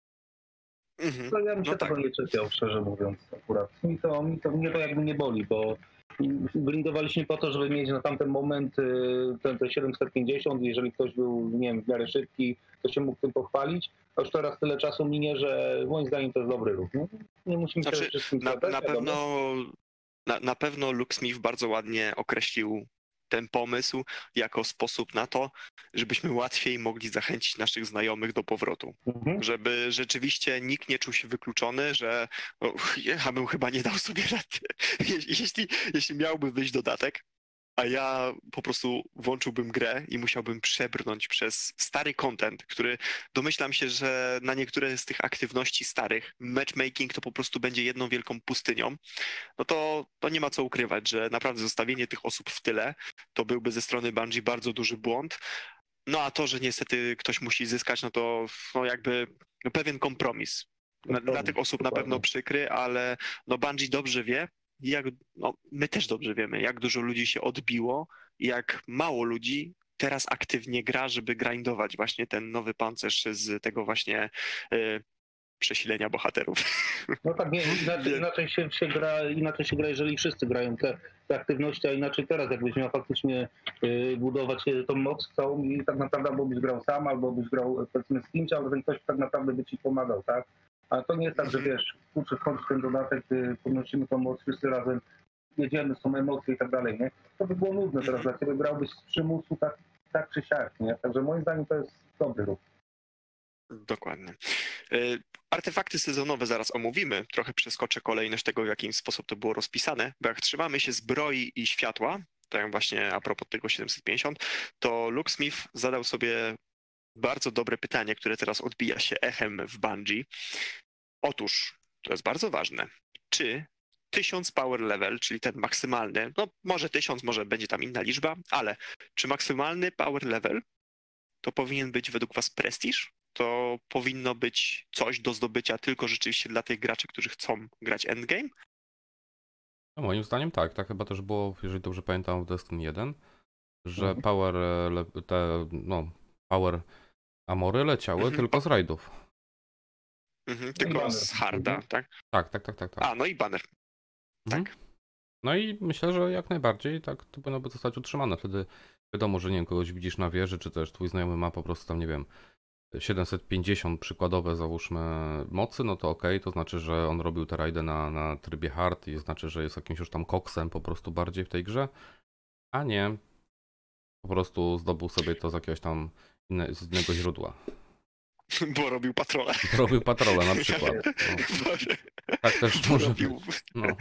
Mhm. No ja bym się No tego tak. nie czepiał, szczerze mówiąc akurat. Mi to, mi to, mnie to jakby nie boli, bo grindowaliśmy po to, żeby mieć na tamten moment y, te, te siedemset pięćdziesiąt, jeżeli ktoś był, nie wiem, w miarę szybki, to się mógł tym pochwalić, a już teraz tyle czasu minie, że moim zdaniem to jest dobry ruch. Nie, nie musimy się Znaczy, wszystkim na, zgadzać, na wiadomo. pewno na, na pewno Luke Smith bardzo ładnie określił ten pomysł jako sposób na to, żebyśmy łatwiej mogli zachęcić naszych znajomych do powrotu. Mhm. Żeby rzeczywiście nikt nie czuł się wykluczony, że o, ja bym chyba nie dał sobie rady. Jeśli, jeśli miałby wyjść dodatek, a ja po prostu włączyłbym grę i musiałbym przebrnąć przez stary content, który domyślam się, że na niektóre z tych aktywności starych matchmaking to po prostu będzie jedną wielką pustynią, no to, to nie ma co ukrywać, że naprawdę zostawienie tych osób w tyle to byłby ze strony Bungie bardzo duży błąd. No a to, że niestety ktoś musi zyskać, no to no jakby no pewien kompromis. Dla, dla tych osób na pewno przykry, ale no Bungie dobrze wie, jak, no my też dobrze wiemy, jak dużo ludzi się odbiło i jak mało ludzi teraz aktywnie gra, żeby grindować właśnie ten nowy pancerz z tego właśnie y, przesilenia bohaterów. No tak, nie, inaczej, inaczej, się, się gra, inaczej się gra, jeżeli wszyscy grają te, te aktywności, a inaczej teraz, jakbyś miał faktycznie y, budować y, tą moc całą i tak naprawdę albo byś grał sam, albo byś grał powiedzmy z kimś, ale ten ktoś tak naprawdę by ci pomagał, tak? A to nie jest tak, że wiesz, kurczę, wchodzi ten dodatek, y, podnosimy tą moc, wszyscy razem jedziemy, są emocje i tak dalej, nie? To by było nudne teraz dla ciebie, grałbyś z przymusu tak, tak czy siak, nie? Także moim zdaniem to jest dobry ruch. Dokładnie. Y, Artefakty sezonowe zaraz omówimy. Trochę przeskoczę kolejność tego, w jaki sposób to było rozpisane, bo jak trzymamy się zbroi i światła, tak właśnie a propos tego siedemset pięćdziesiąt, to Luke Smith zadał sobie bardzo dobre pytanie, które teraz odbija się echem w Bungie. Otóż, to jest bardzo ważne, czy tysiąc power level, czyli ten maksymalny, no może tysiąc, może będzie tam inna liczba, ale czy maksymalny power level to powinien być według was prestiż? To powinno być coś do zdobycia tylko rzeczywiście dla tych graczy, którzy chcą grać endgame? No, moim zdaniem tak, tak chyba też było, jeżeli dobrze pamiętam, w Destiny jeden, że Mhm. power, e, le- te, no, power amory leciały Mhm. tylko z raidów. Mhm, No i tylko banner. z harda, Mhm. tak? Tak, tak, tak, tak, tak. A, no i banner, Mhm. tak. No i myślę, że jak najbardziej tak to powinno by zostać utrzymane. Wtedy wiadomo, że nie wiem, kogoś widzisz na wieży, czy też twój znajomy ma po prostu tam, nie wiem, siedemset pięćdziesiąt przykładowe załóżmy mocy, no to okej, to znaczy, że on robił te rajdy na, na trybie hard i znaczy, że jest jakimś już tam koksem po prostu bardziej w tej grze, a nie po prostu zdobył sobie to z jakiegoś tam inne, z innego źródła. Bo robił patrole. Robił patrole na przykład. No, Bo, tak też bo może robił... być. No.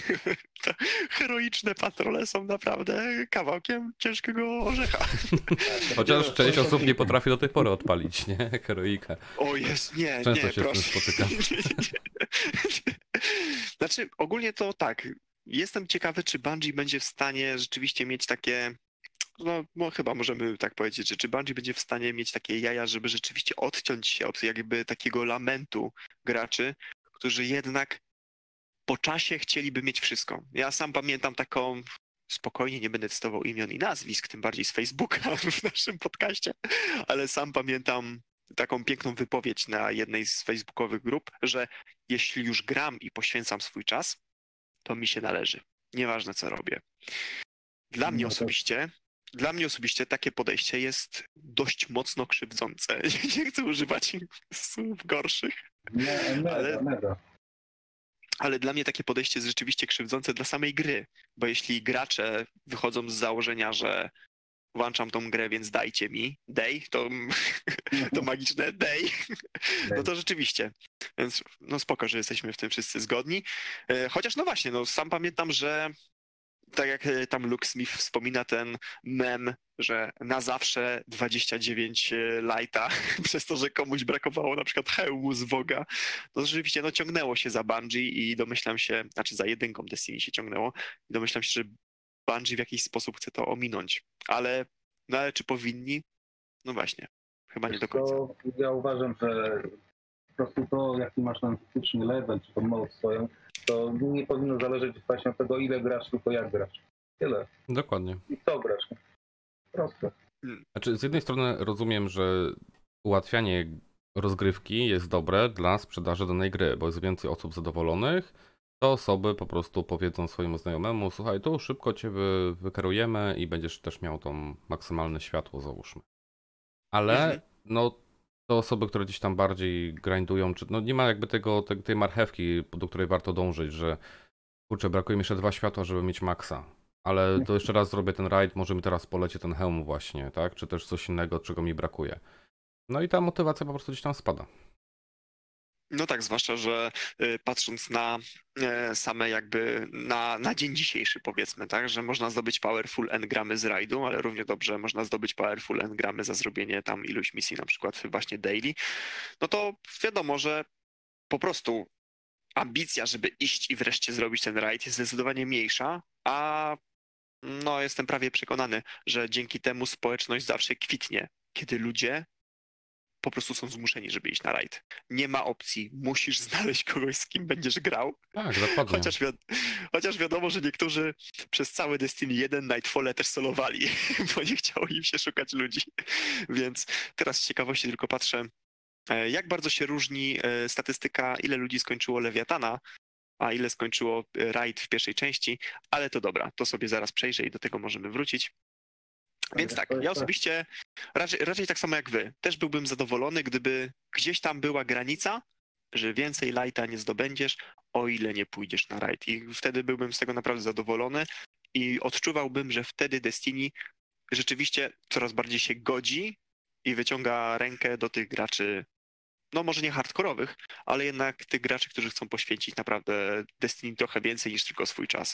To heroiczne patrole są naprawdę kawałkiem ciężkiego orzecha. Chociaż część osób nie potrafi do tej pory odpalić, nie? Heroikę. O jest, nie, Często nie, się z proszę. tym spotykam. Nie, nie, nie. Znaczy, ogólnie to tak. Jestem ciekawy, czy Bungie będzie w stanie rzeczywiście mieć takie. No, no chyba możemy tak powiedzieć, że czy Bungie będzie w stanie mieć takie jaja, żeby rzeczywiście odciąć się od jakby takiego lamentu graczy, którzy jednak po czasie chcieliby mieć wszystko. Ja sam pamiętam taką, spokojnie nie będę cytował imion i nazwisk, tym bardziej z Facebooka w naszym podcaście, ale sam pamiętam taką piękną wypowiedź na jednej z facebookowych grup, że jeśli już gram i poświęcam swój czas, to mi się należy. Nieważne co robię. Dla mnie No to- osobiście, dla mnie osobiście takie podejście jest dość mocno krzywdzące. Nie chcę używać słów gorszych, Nie, mega, Ale- mega. ale dla mnie takie podejście jest rzeczywiście krzywdzące dla samej gry, bo jeśli gracze wychodzą z założenia, że włączam tą grę, więc dajcie mi, dej, to, to magiczne dej, no to rzeczywiście. Więc no spoko, że jesteśmy w tym wszyscy zgodni. E, Chociaż no właśnie, no sam pamiętam, że tak jak e, tam Luke Smith wspomina ten mem, że na zawsze dwadzieścia dziewięć e, lighta, przez to, że komuś brakowało na przykład hełmu z Woga, to rzeczywiście no ciągnęło się za Bungie i domyślam się, znaczy za jedynką Destiny się ciągnęło i domyślam się, że Bungie w jakiś sposób chce to ominąć. Ale, no ale czy powinni? No właśnie, chyba nie Wiesz do końca. co, ja uważam, że po prostu to, jaki masz tam fizyczny level, czy tą moc swoją, to nie powinno zależeć właśnie od tego, ile grasz, tylko jak grasz. Tyle. Dokładnie. I co grasz. Proste. Znaczy, z jednej strony rozumiem, że ułatwianie rozgrywki jest dobre dla sprzedaży danej gry, bo jest więcej osób zadowolonych, to osoby po prostu powiedzą swojemu znajomemu, słuchaj, tu szybko cię wy, wykerujemy i będziesz też miał to maksymalne światło, załóżmy. Ale Mhm. no, to osoby, które gdzieś tam bardziej grindują, czy no nie ma jakby tego, tej, tej marchewki, do której warto dążyć, że kurczę, brakuje mi jeszcze dwa światła, żeby mieć maksa. Ale to jeszcze raz zrobię ten raid, może mi teraz poleci ten hełm właśnie, tak? Czy też coś innego, czego mi brakuje. No i ta motywacja po prostu gdzieś tam spada. No tak, zwłaszcza, że y, patrząc na e, same jakby na, na dzień dzisiejszy powiedzmy, tak, że można zdobyć powerful engramy z rajdu, ale równie dobrze można zdobyć powerful engramy za zrobienie tam iluś misji, na przykład właśnie daily, no to wiadomo, że po prostu ambicja, żeby iść i wreszcie zrobić ten raid jest zdecydowanie mniejsza, a no jestem prawie przekonany, że dzięki temu społeczność zawsze kwitnie, kiedy ludzie po prostu są zmuszeni, żeby iść na raid. Nie ma opcji, musisz znaleźć kogoś, z kim będziesz grał. Tak, dokładnie. Chociaż, wi- chociaż wiadomo, że niektórzy przez cały Destiny jeden Nightfall też solowali, bo nie chciało im się szukać ludzi. Więc teraz z ciekawości tylko patrzę, e, jak bardzo się różni e, statystyka, ile ludzi skończyło Lewiatana, a ile skończyło e, raid w pierwszej części, ale to dobra, to sobie zaraz przejrzę i do tego możemy wrócić. Więc tak, ja osobiście raczej, raczej tak samo jak wy. Też byłbym zadowolony, gdyby gdzieś tam była granica, że więcej lighta nie zdobędziesz, o ile nie pójdziesz na raid. I wtedy byłbym z tego naprawdę zadowolony i odczuwałbym, że wtedy Destiny rzeczywiście coraz bardziej się godzi i wyciąga rękę do tych graczy, no może nie hardkorowych, ale jednak tych graczy, którzy chcą poświęcić naprawdę Destiny trochę więcej niż tylko swój czas.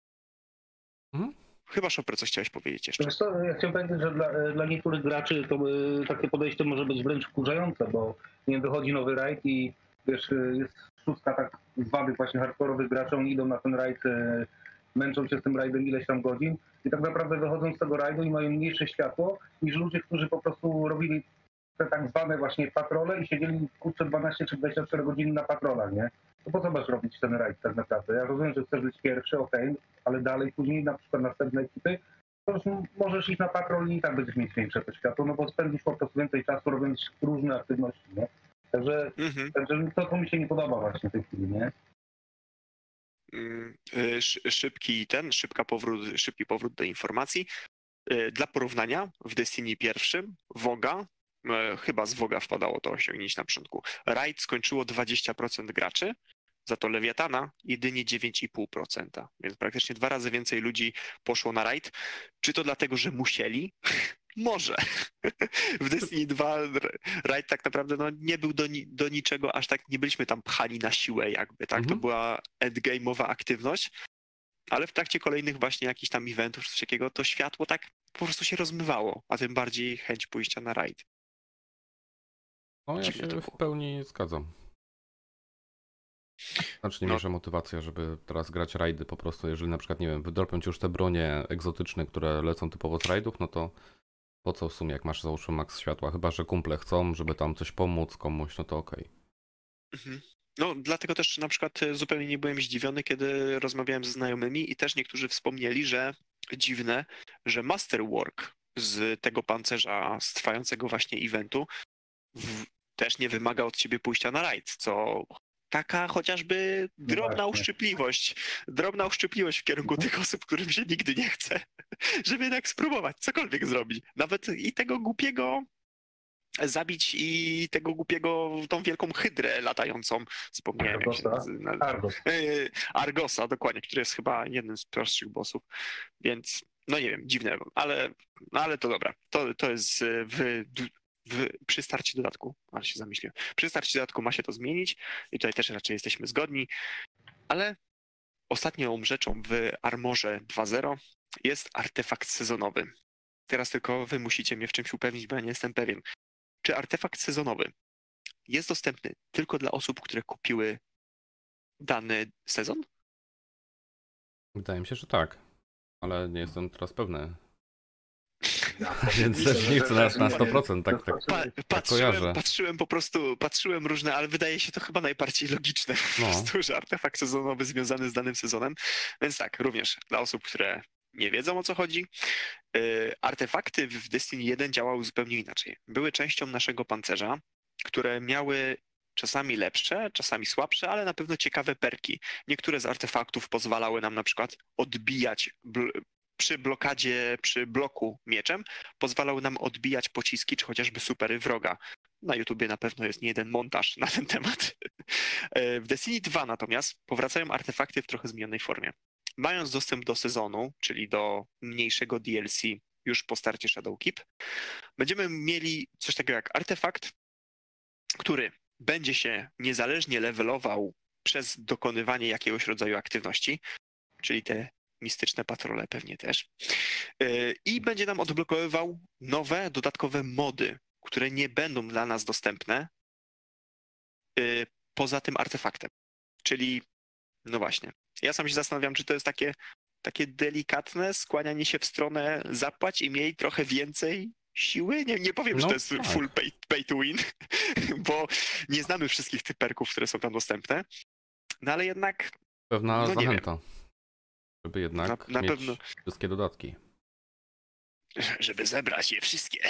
Mhm. Chyba, Shopper, coś chciałeś powiedzieć jeszcze. Wiesz co, ja chciałem powiedzieć, że dla, dla niektórych graczy to y, takie podejście może być wręcz wkurzające, bo nie wiem, wychodzi nowy raid i wiesz, y, jest szóstka tak zwanych właśnie hardkorowych graczy, oni idą na ten rajd, męczą się z tym rajdem ileś tam godzin i tak naprawdę wychodzą z tego rajdu i mają mniejsze światło niż ludzie, którzy po prostu robili te tak zwane właśnie patrole i siedzieli kurczę dwanaście czy dwadzieścia cztery godziny na patrolach, nie? To po co masz robić ten rajd tak naprawdę? Ja rozumiem, że chcesz być pierwszy, okej, okay, ale dalej później na przykład następne ekipy po prostu możesz iść na patrol i tak będziesz mieć większe to światło, no bo spędzisz po prostu więcej czasu robiąc różne aktywności, nie? Także, mhm. także to, to mi się nie podoba właśnie w tej chwili, nie? Szybki ten, szybka powrót, szybki powrót do informacji. Dla porównania w Destiny pierwszym Woga, chyba z Woga wpadało to osiągnięcie na początku, raid skończyło dwadzieścia procent graczy, za to Lewiatana jedynie dziewięć i pół procent, więc praktycznie dwa razy więcej ludzi poszło na raid. Czy to dlatego, że musieli? Może. W Destiny dwa raid tak naprawdę no, nie był do, ni do niczego, aż tak nie byliśmy tam pchani na siłę jakby, tak? Mhm. To była endgame'owa aktywność, ale w trakcie kolejnych właśnie jakichś tam eventów czy coś takiego, to światło tak po prostu się rozmywało, a tym bardziej chęć pójścia na raid. No ja się w pełni zgadzam. Znaczy nie no. Mierzę motywacja, żeby teraz grać rajdy po prostu, jeżeli na przykład, nie wiem, wydropią ci już te bronie egzotyczne, które lecą typowo z rajdów, no to po co w sumie, jak masz załóżmy max światła, chyba że kumple chcą, żeby tam coś pomóc komuś, no to okej. Okay. Mhm. No dlatego też na przykład zupełnie nie byłem zdziwiony, kiedy rozmawiałem ze znajomymi i też niektórzy wspomnieli, że dziwne, że Masterwork z tego pancerza, z trwającego właśnie eventu w, też nie wymaga od ciebie pójścia na rajd, co taka chociażby drobna no uszczypliwość, drobna uszczypliwość w kierunku mhm. tych osób, którym się nigdy nie chce, żeby jednak spróbować cokolwiek zrobić. Nawet i tego głupiego zabić i tego głupiego, tą wielką hydrę latającą, wspomniałem jak się nazywa. Argos. Argosa, dokładnie, który jest chyba jednym z prostszych bossów, więc no nie wiem, dziwne, ale, no ale to dobra, to, to jest w, w, przy starcie dodatku, ale się zamyśliłem, przy starcie dodatku ma się to zmienić i tutaj też raczej jesteśmy zgodni, ale ostatnią rzeczą w Armorze dwa zero jest artefakt sezonowy. Teraz tylko wy musicie mnie w czymś upewnić, bo ja nie jestem pewien. Czy artefakt sezonowy jest dostępny tylko dla osób, które kupiły dany sezon? Wydaje mi się, że tak, ale nie jestem teraz pewny. Ja, Więc też nie chcę na, na sto procent tak, tak, pa, tak patrzyłem, kojarzę. Patrzyłem po prostu, patrzyłem różne, ale wydaje się to chyba najbardziej logiczne po no. prostu, że artefakt sezonowy związany z danym sezonem. Więc tak, również dla osób, które nie wiedzą o co chodzi. Artefakty w Destiny jeden działały zupełnie inaczej. Były częścią naszego pancerza, które miały czasami lepsze, czasami słabsze, ale na pewno ciekawe perki. Niektóre z artefaktów pozwalały nam na przykład odbijać przy blokadzie, przy bloku mieczem, pozwalały nam odbijać pociski, czy chociażby supery wroga. Na YouTubie na pewno jest nie jeden montaż na ten temat. W Destiny dwa natomiast powracają artefakty w trochę zmienionej formie. Mając dostęp do sezonu, czyli do mniejszego D L C już po starcie Shadowkeep, będziemy mieli coś takiego jak artefakt, który będzie się niezależnie levelował przez dokonywanie jakiegoś rodzaju aktywności, czyli te mistyczne patrole pewnie też, i będzie nam odblokowywał nowe, dodatkowe mody, które nie będą dla nas dostępne poza tym artefaktem. Czyli, no właśnie, ja sam się zastanawiam, czy to jest takie, takie delikatne skłanianie się w stronę zapłać i miej trochę więcej siły. Nie, nie powiem, no, że to jest tak. full pay, pay to win, bo nie znamy wszystkich tych perków, które są tam dostępne, no ale jednak... Pewna no, zachęta, żeby jednak na, na mieć pewno... wszystkie dodatki. Żeby zebrać je wszystkie.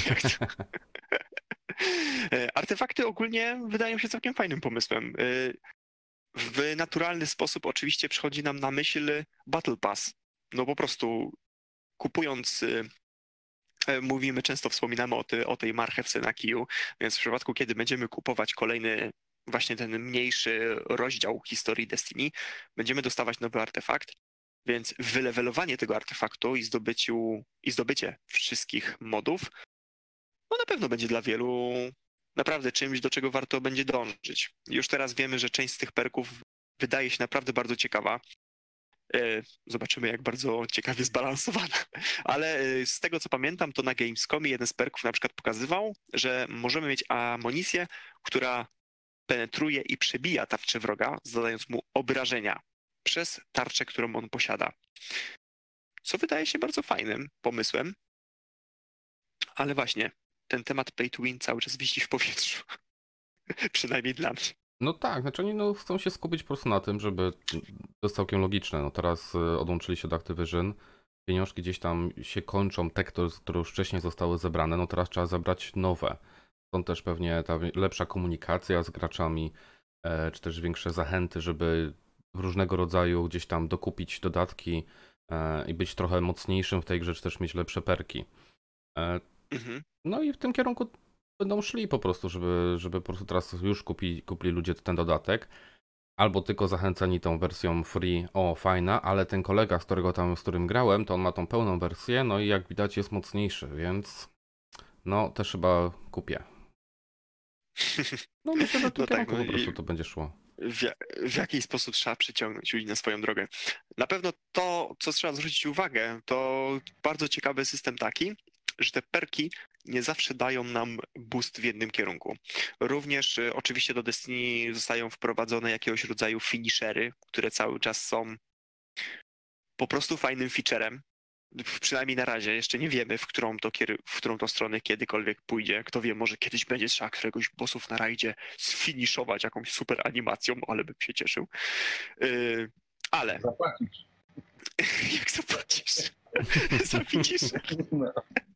Artefakty ogólnie wydają się całkiem fajnym pomysłem. W naturalny sposób oczywiście przychodzi nam na myśl Battle Pass. No po prostu kupując, mówimy, często wspominamy o, ty, o tej marchewce na kiju, więc w przypadku, kiedy będziemy kupować kolejny, właśnie ten mniejszy rozdział historii Destiny, będziemy dostawać nowy artefakt, więc wylewelowanie tego artefaktu i, zdobyciu, i zdobycie wszystkich modów, no na pewno będzie dla wielu naprawdę czymś, do czego warto będzie dążyć. Już teraz wiemy, że część z tych perków wydaje się naprawdę bardzo ciekawa. Zobaczymy, jak bardzo ciekawie zbalansowana. Ale z tego, co pamiętam, to na Gamescomie jeden z perków na przykład pokazywał, że możemy mieć amunicję, która penetruje i przebija tarczę wroga, zadając mu obrażenia przez tarczę, którą on posiada. Co wydaje się bardzo fajnym pomysłem, ale właśnie ten temat pay to win cały czas wisi w powietrzu. Przynajmniej dla mnie. No tak, znaczy oni no, chcą się skupić po prostu na tym, żeby to jest całkiem logiczne. No teraz y, odłączyli się od Activision, pieniążki gdzieś tam się kończą, te, które, które już wcześniej zostały zebrane, no teraz trzeba zebrać nowe. Stąd też pewnie ta lepsza komunikacja z graczami, e, czy też większe zachęty, żeby w różnego rodzaju gdzieś tam dokupić dodatki e, i być trochę mocniejszym w tej grze, czy też mieć lepsze perki. E, Mhm. no i w tym kierunku będą szli po prostu, żeby, żeby po prostu teraz już kupi, kupili ludzie ten dodatek. Albo tylko zachęceni tą wersją free, o fajna, ale ten kolega, z którego tam, z którym grałem, to on ma tą pełną wersję, no i jak widać jest mocniejszy, więc no też chyba kupię. No myślę, że w tym No tak, kierunku no po prostu i to będzie szło. w, ja- w jaki sposób trzeba przyciągnąć ludzi na swoją drogę. Na pewno to, co trzeba zwrócić uwagę, to bardzo ciekawy system taki, że te perki nie zawsze dają nam boost w jednym kierunku. Również y, oczywiście do Destiny zostają wprowadzone jakiegoś rodzaju finishery, które cały czas są po prostu fajnym featurem. Przynajmniej na razie jeszcze nie wiemy, w którą to, kier- w którą to stronę kiedykolwiek pójdzie. Kto wie, może kiedyś będzie trzeba któregoś bossów na rajdzie sfiniszować jakąś super animacją, ale bym się cieszył. Yy, ale Zapłacić. jak zapłacisz? Zawidzisz. No.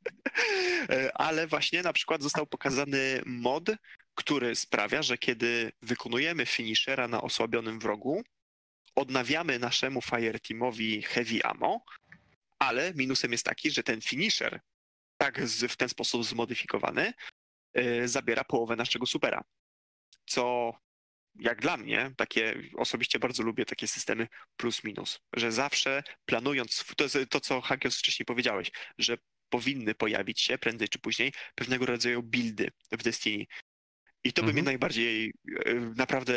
Yy, ale właśnie na przykład został pokazany mod, który sprawia, że kiedy wykonujemy finishera na osłabionym wrogu, odnawiamy naszemu fireteamowi heavy ammo, ale minusem jest taki, że ten finisher, tak z, w ten sposób zmodyfikowany, yy, zabiera połowę naszego supera. Co jak dla mnie, takie osobiście bardzo lubię takie systemy plus-minus, że zawsze planując, to jest to, co Hagios wcześniej powiedziałeś, że powinny pojawić się prędzej czy później pewnego rodzaju buildy w Destiny. I to by Mhm. mnie najbardziej yy, naprawdę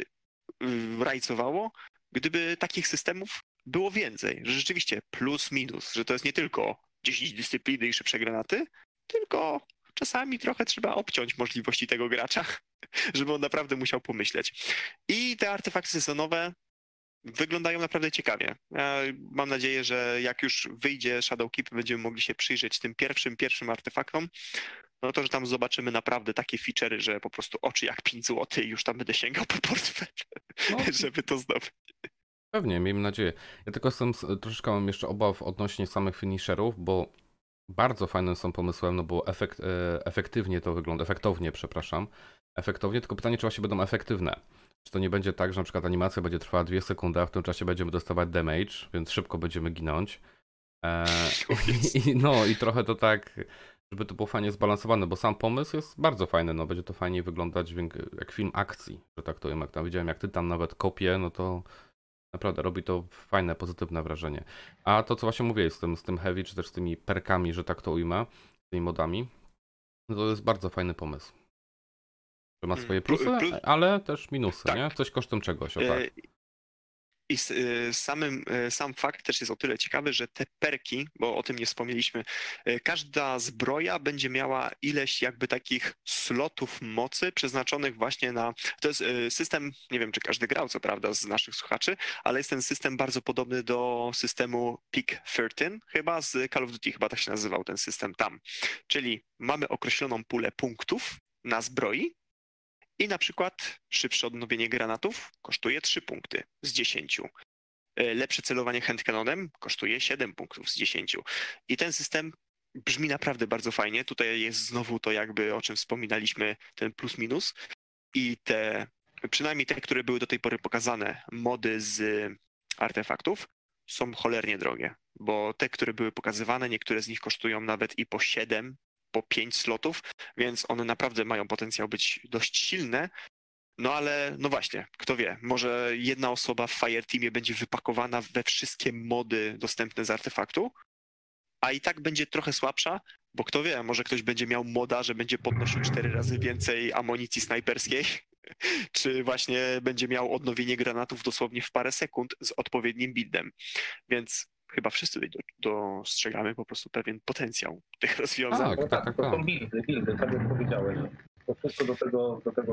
yy, rajcowało, gdyby takich systemów było więcej, że rzeczywiście plus minus, że to jest nie tylko dziesięć dyscypliny i szybsze granaty, tylko czasami trochę trzeba obciąć możliwości tego gracza, żeby on naprawdę musiał pomyśleć. I te artefakty sezonowe wyglądają naprawdę ciekawie. Ja mam nadzieję, że jak już wyjdzie Shadowkeep, będziemy mogli się przyjrzeć tym pierwszym, pierwszym artefaktom, no to, że tam zobaczymy naprawdę takie feature'y, że po prostu oczy jak pięć złotych i już tam będę sięgał po portfel, No. żeby to zdobyć. Pewnie, miejmy nadzieję. Ja tylko jestem, troszeczkę mam jeszcze obaw odnośnie samych finisherów, bo bardzo fajnym są pomysłem, no bo efekt, efektywnie to wygląda, efektownie, przepraszam, efektownie, tylko pytanie, czy właśnie będą efektywne. Czy to nie będzie tak, że na przykład animacja będzie trwała dwie sekundy, a w tym czasie będziemy dostawać damage, więc szybko będziemy ginąć. E, i, no i trochę to tak, żeby to było fajnie zbalansowane, bo sam pomysł jest bardzo fajny, no będzie to fajniej wyglądać jak film akcji, że tak to jak tam widziałem, jak ty tam nawet kopie, no to naprawdę robi to fajne, pozytywne wrażenie. A to, co właśnie mówię, z tym, z tym heavy, czy też z tymi perkami, że tak to ujmę, z tymi modami, no to jest bardzo fajny pomysł. Że ma swoje plusy, Plus- ale też minusy, tak. nie? Coś kosztem czegoś, o tak. E, I s- y, samym, y, sam fakt też jest o tyle ciekawy, że te perki, bo o tym nie wspomnieliśmy, y, każda zbroja będzie miała ileś jakby takich slotów mocy przeznaczonych właśnie na... To jest y, system, nie wiem czy każdy grał, co prawda, z naszych słuchaczy, ale jest ten system bardzo podobny do systemu Peak trzynaście, chyba z Call of Duty, chyba tak się nazywał ten system tam. Czyli mamy określoną pulę punktów na zbroi, i na przykład szybsze odnowienie granatów kosztuje trzy punkty z dziesięciu. Lepsze celowanie handcanonem kosztuje siedem punktów z dziesięciu. I ten system brzmi naprawdę bardzo fajnie. Tutaj jest znowu to jakby, o czym wspominaliśmy, ten plus minus. I te, przynajmniej te, które były do tej pory pokazane, mody z artefaktów, są cholernie drogie. Bo te, które były pokazywane, niektóre z nich kosztują nawet i po siedem, po pięć slotów, więc one naprawdę mają potencjał być dość silne. No ale, no właśnie, kto wie, może jedna osoba w Fireteamie będzie wypakowana we wszystkie mody dostępne z artefaktu, a i tak będzie trochę słabsza, bo kto wie, może ktoś będzie miał moda, że będzie podnosił cztery razy więcej amunicji snajperskiej, czy właśnie będzie miał odnowienie granatów dosłownie w parę sekund z odpowiednim buildem. Więc chyba wszyscy tutaj dostrzegamy po prostu pewien potencjał tych rozwiązań. Tak, No tak, tak, to tak. są buildy, buildy, tak jak powiedziałeś. To wszystko do tego, do tego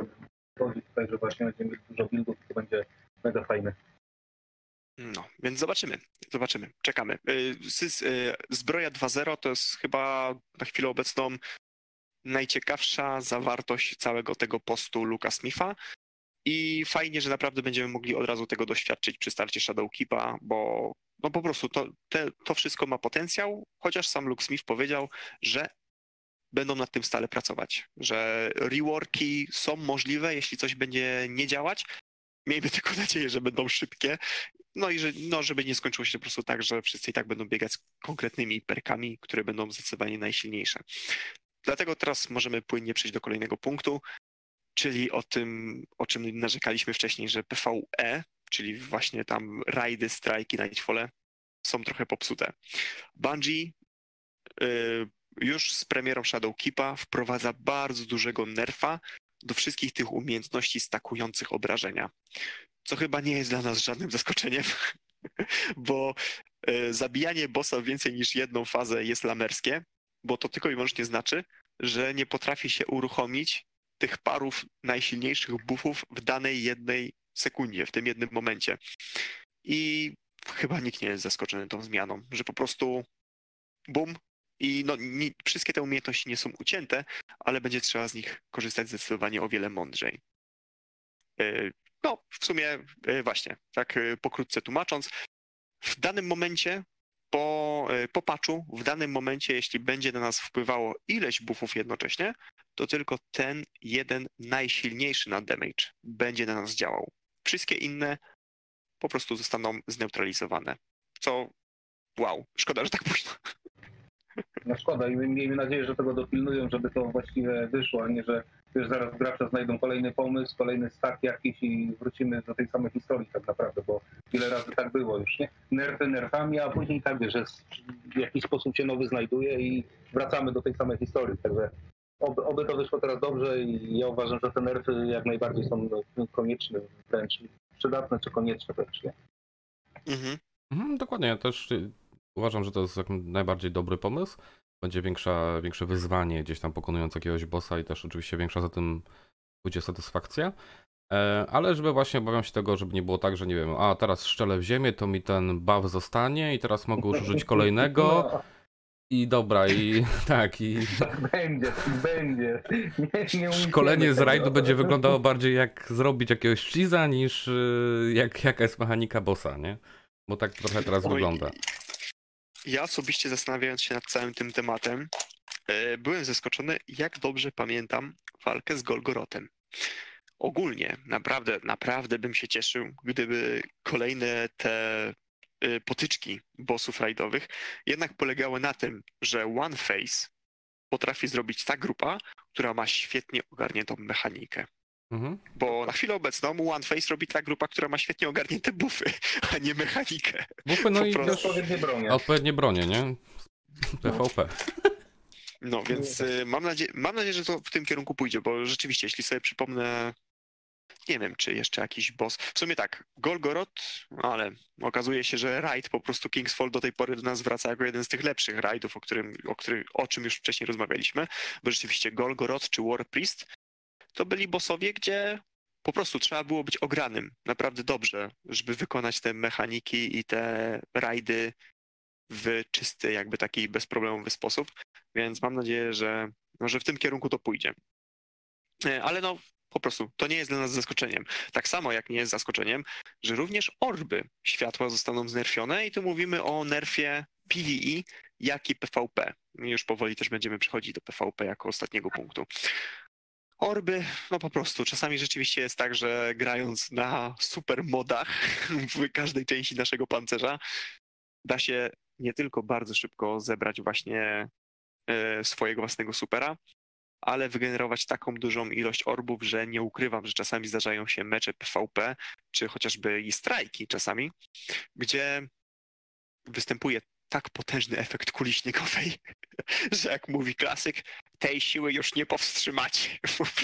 chodzi tutaj, że właśnie będziemy mieć dużo buildów, to będzie mega fajne. No, więc zobaczymy, zobaczymy, czekamy. Sys, Zbroja dwa zero to jest chyba na chwilę obecną najciekawsza zawartość całego tego postu Luka Smitha i fajnie, że naprawdę będziemy mogli od razu tego doświadczyć przy starcie Shadowkeepa, bo no po prostu to, te, to wszystko ma potencjał, chociaż sam Luke Smith powiedział, że będą nad tym stale pracować, że reworki są możliwe, jeśli coś będzie nie działać. Miejmy tylko nadzieję, że będą szybkie, no i że, no, żeby nie skończyło się po prostu tak, że wszyscy i tak będą biegać z konkretnymi perkami, które będą zdecydowanie najsilniejsze. Dlatego teraz możemy płynnie przejść do kolejnego punktu, czyli o tym, o czym narzekaliśmy wcześniej, że P V E, czyli właśnie tam rajdy, strajki, nightfall są trochę popsute. Bungie y, już z premierą Shadowkeepa wprowadza bardzo dużego nerfa do wszystkich tych umiejętności stakujących obrażenia. Co chyba nie jest dla nas żadnym zaskoczeniem, bo y, zabijanie bossa w więcej niż jedną fazę jest lamerskie, bo to tylko i wyłącznie znaczy, że nie potrafi się uruchomić tych parów najsilniejszych buffów w danej jednej sekundzie, w tym jednym momencie. I chyba nikt nie jest zaskoczony tą zmianą, że po prostu bum i no, nie, wszystkie te umiejętności nie są ucięte, ale będzie trzeba z nich korzystać zdecydowanie o wiele mądrzej. Y, no, w sumie y, właśnie, tak y, pokrótce tłumacząc, w danym momencie Po, po patchu, w danym momencie, jeśli będzie na nas wpływało ileś buffów jednocześnie, to tylko ten jeden najsilniejszy na damage będzie na nas działał. Wszystkie inne po prostu zostaną zneutralizowane. Co wow, szkoda, że tak późno. No szkoda i miejmy nadzieję, że tego dopilnują, żeby to właściwie wyszło, a nie, że wiesz, zaraz gracze znajdą kolejny pomysł, kolejny stack jakiś i wrócimy do tej samej historii tak naprawdę, bo wiele razy tak było już, nie? Nerfy nerfami, a później tak, wiesz, że w jakiś sposób się nowy znajduje i wracamy do tej samej historii, także oby, oby to wyszło teraz dobrze i ja uważam, że te nerfy jak najbardziej są konieczne wręcz, przydatne czy konieczne wręcz, nie? Mhm. Mhm, dokładnie, ja też uważam, że to jest jak najbardziej dobry pomysł. Będzie większa, większe wyzwanie gdzieś tam pokonując jakiegoś bossa i też oczywiście większa za tym pójdzie satysfakcja. Ale żeby właśnie obawiam się tego, żeby nie było tak, że nie wiem, a teraz szczelę w ziemię, to mi ten buff zostanie i teraz mogę użyć kolejnego. No. I dobra, i tak, i... Tak będzie, tak będzie. Nie, nie Szkolenie z tego. rajdu będzie wyglądało bardziej jak zrobić jakiegoś cheese'a niż jak, jaka jest mechanika bossa, nie? Bo tak trochę teraz Oj, wygląda. Ja osobiście zastanawiając się nad całym tym tematem, byłem zaskoczony, jak dobrze pamiętam walkę z Golgorotem. Ogólnie, naprawdę, naprawdę bym się cieszył, gdyby kolejne te potyczki bossów rajdowych jednak polegały na tym, że One Face potrafi zrobić ta grupa, która ma świetnie ogarniętą mechanikę. Mhm. Bo na chwilę obecną One Face robi ta grupa, która ma świetnie ogarnięte buffy, a nie mechanikę. Buffy, no po i prostu... odpowiednie bronie. Odpowiednie bronie, nie? P V P. No więc mam nadzieję, mam nadzieję, że to w tym kierunku pójdzie, bo rzeczywiście, jeśli sobie przypomnę, nie wiem, czy jeszcze jakiś boss. W sumie tak, Golgoroth, ale okazuje się, że raid po prostu Kingsfall do tej pory do nas wraca jako jeden z tych lepszych raidów, o, którym, o, który, o czym już wcześniej rozmawialiśmy, bo rzeczywiście Golgoroth czy War Priest to byli bossowie, gdzie po prostu trzeba było być ogranym naprawdę dobrze, żeby wykonać te mechaniki i te rajdy w czysty, jakby taki bezproblemowy sposób, więc mam nadzieję, że, no, że w tym kierunku to pójdzie. Ale no, po prostu, to nie jest dla nas zaskoczeniem. Tak samo jak nie jest zaskoczeniem, że również orby światła zostaną znerfione i tu mówimy o nerfie PvE, jak i P V P. I już powoli też będziemy przechodzić do P V P jako ostatniego punktu. Orby, no po prostu, czasami rzeczywiście jest tak, że grając na super modach w każdej części naszego pancerza, da się nie tylko bardzo szybko zebrać właśnie swojego własnego supera, ale wygenerować taką dużą ilość orbów, że nie ukrywam, że czasami zdarzają się mecze P V P, czy chociażby i strajki czasami, gdzie występuje tak potężny efekt kuli śniegowej, że jak mówi klasyk, tej siły już nie powstrzymacie.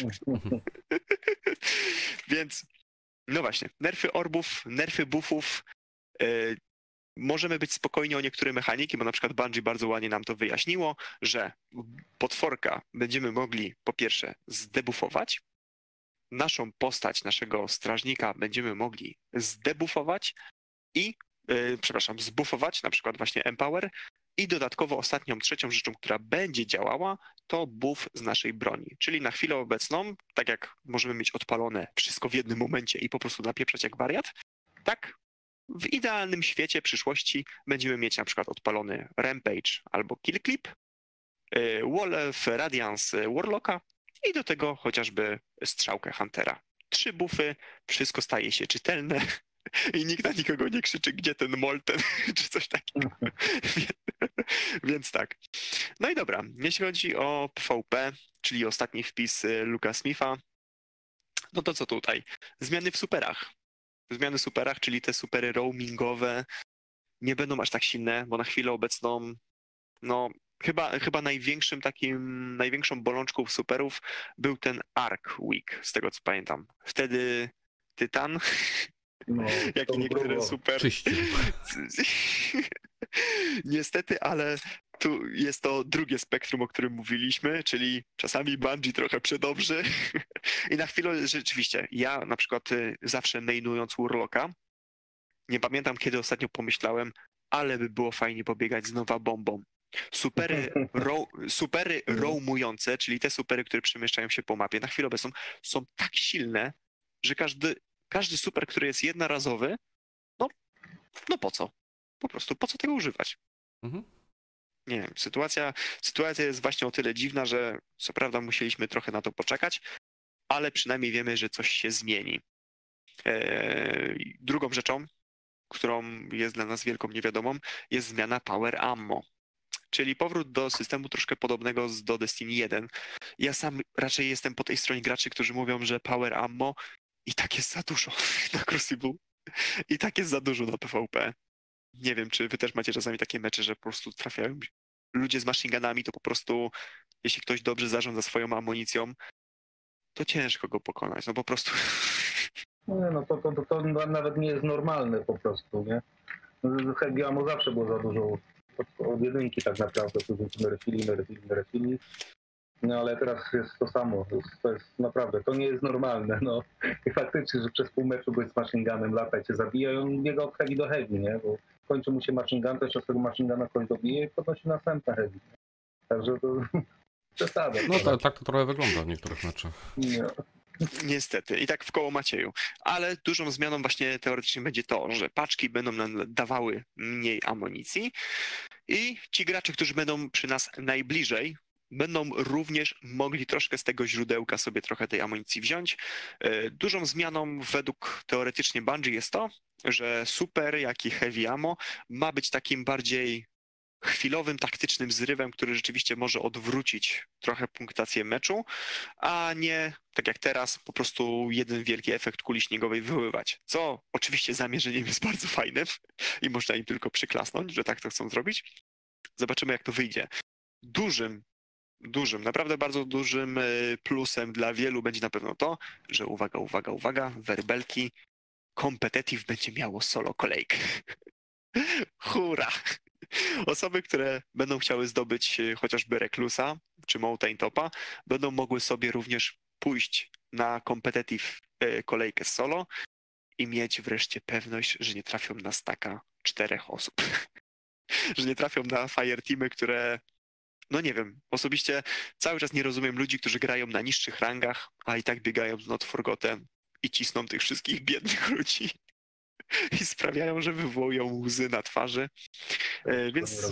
Więc no właśnie, nerfy orbów, nerfy buffów, yy, możemy być spokojni o niektóre mechaniki, bo na przykład Bungie bardzo ładnie nam to wyjaśniło, że potworka będziemy mogli po pierwsze zdebuffować, naszą postać, naszego strażnika będziemy mogli zdebuffować i, yy, przepraszam, zbuffować, na przykład właśnie Empower, i dodatkowo ostatnią, trzecią rzeczą, która będzie działała, to buff z naszej broni. Czyli na chwilę obecną, tak jak możemy mieć odpalone wszystko w jednym momencie i po prostu napieprzać jak wariat, tak w idealnym świecie przyszłości będziemy mieć na przykład odpalony Rampage albo Kill Clip, yy, Wall of Radiance Warlocka i do tego chociażby strzałkę Huntera. Trzy buffy, wszystko staje się czytelne i nikt na nikogo nie krzyczy, gdzie ten Molten, czy coś takiego. Więc tak. No i dobra, jeśli chodzi o PvP, czyli ostatni wpis Luka Smitha, no to co tutaj? Zmiany w superach. Zmiany w superach, czyli te supery roamingowe nie będą aż tak silne, bo na chwilę obecną, no chyba, chyba największym takim, największą bolączką superów był ten Arc Week, z tego co pamiętam. Wtedy Tytan, No, jak i niektóre grubo. super... Czyścił. Niestety, ale tu jest to drugie spektrum, o którym mówiliśmy, czyli czasami Bungie trochę przedobrzy. I na chwilę rzeczywiście, ja na przykład zawsze mainując Warlocka, nie pamiętam kiedy ostatnio pomyślałem, ale by było fajnie pobiegać z nowa bombą. Supery, ro, supery roamujące, czyli te supery, które przemieszczają się po mapie, na chwilę obecną są tak silne, że każdy, każdy super, który jest jednorazowy, no, no po co? Po prostu po co tego używać? Mhm. Nie wiem, sytuacja, sytuacja jest właśnie o tyle dziwna, że co prawda musieliśmy trochę na to poczekać, ale przynajmniej wiemy, że coś się zmieni. Eee, drugą rzeczą, którą jest dla nas wielką niewiadomą, jest zmiana Power Ammo. Czyli powrót do systemu troszkę podobnego do Destiny jeden. Ja sam raczej jestem po tej stronie graczy, którzy mówią, że Power Ammo i tak jest za dużo na Crucible. I tak jest za dużo na PvP. Nie wiem, czy wy też macie czasami takie mecze, że po prostu trafiają ludzie z machine gunami, to po prostu jeśli ktoś dobrze zarządza swoją amunicją, to ciężko go pokonać, no po prostu. Nie, no to, to, to, to nawet nie jest normalne po prostu, nie? Heavy ammo zawsze było za dużo od, od jedynki tak naprawdę, później nerfili, nerfili, nerfili. No ale teraz jest to samo, to jest, to jest naprawdę, to nie jest normalne, no. I faktycznie, że przez pół meczu byś z machine gunem lata i cię zabija i on biega od heavy do heavy, nie? Bo kończy mu się machine gun, to jeszcze z tego machine guna ktoś dobije i podnosi następne heavy. Także to przesada. No to, tak to trochę wygląda w niektórych meczach. Nie. Niestety, i tak w koło Macieju. Ale dużą zmianą właśnie teoretycznie będzie to, że paczki będą nam dawały mniej amunicji i ci gracze, którzy będą przy nas najbliżej, będą również mogli troszkę z tego źródełka sobie trochę tej amunicji wziąć. Dużą zmianą według teoretycznie Bungie jest to, że super, jak i heavy ammo ma być takim bardziej chwilowym, taktycznym zrywem, który rzeczywiście może odwrócić trochę punktację meczu, a nie, tak jak teraz, po prostu jeden wielki efekt kuli śniegowej wywoływać. Co oczywiście zamierzeniem jest bardzo fajnym i można im tylko przyklasnąć, że tak to chcą zrobić. Zobaczymy, jak to wyjdzie. Dużym, dużym, naprawdę bardzo dużym plusem dla wielu będzie na pewno to, że uwaga, uwaga, uwaga, werbelki, competitive będzie miało solo kolejkę. Hurra! Osoby, które będą chciały zdobyć chociażby Reklusa czy Mountain Topa, będą mogły sobie również pójść na competitive kolejkę solo i mieć wreszcie pewność, że nie trafią na staka czterech osób. Że nie trafią na fireteamy, które, no nie wiem, osobiście cały czas nie rozumiem ludzi, którzy grają na niższych rangach, a i tak biegają z Not Forgotten i cisną tych wszystkich biednych ludzi. I sprawiają, że wywołują łzy na twarzy. E, więc,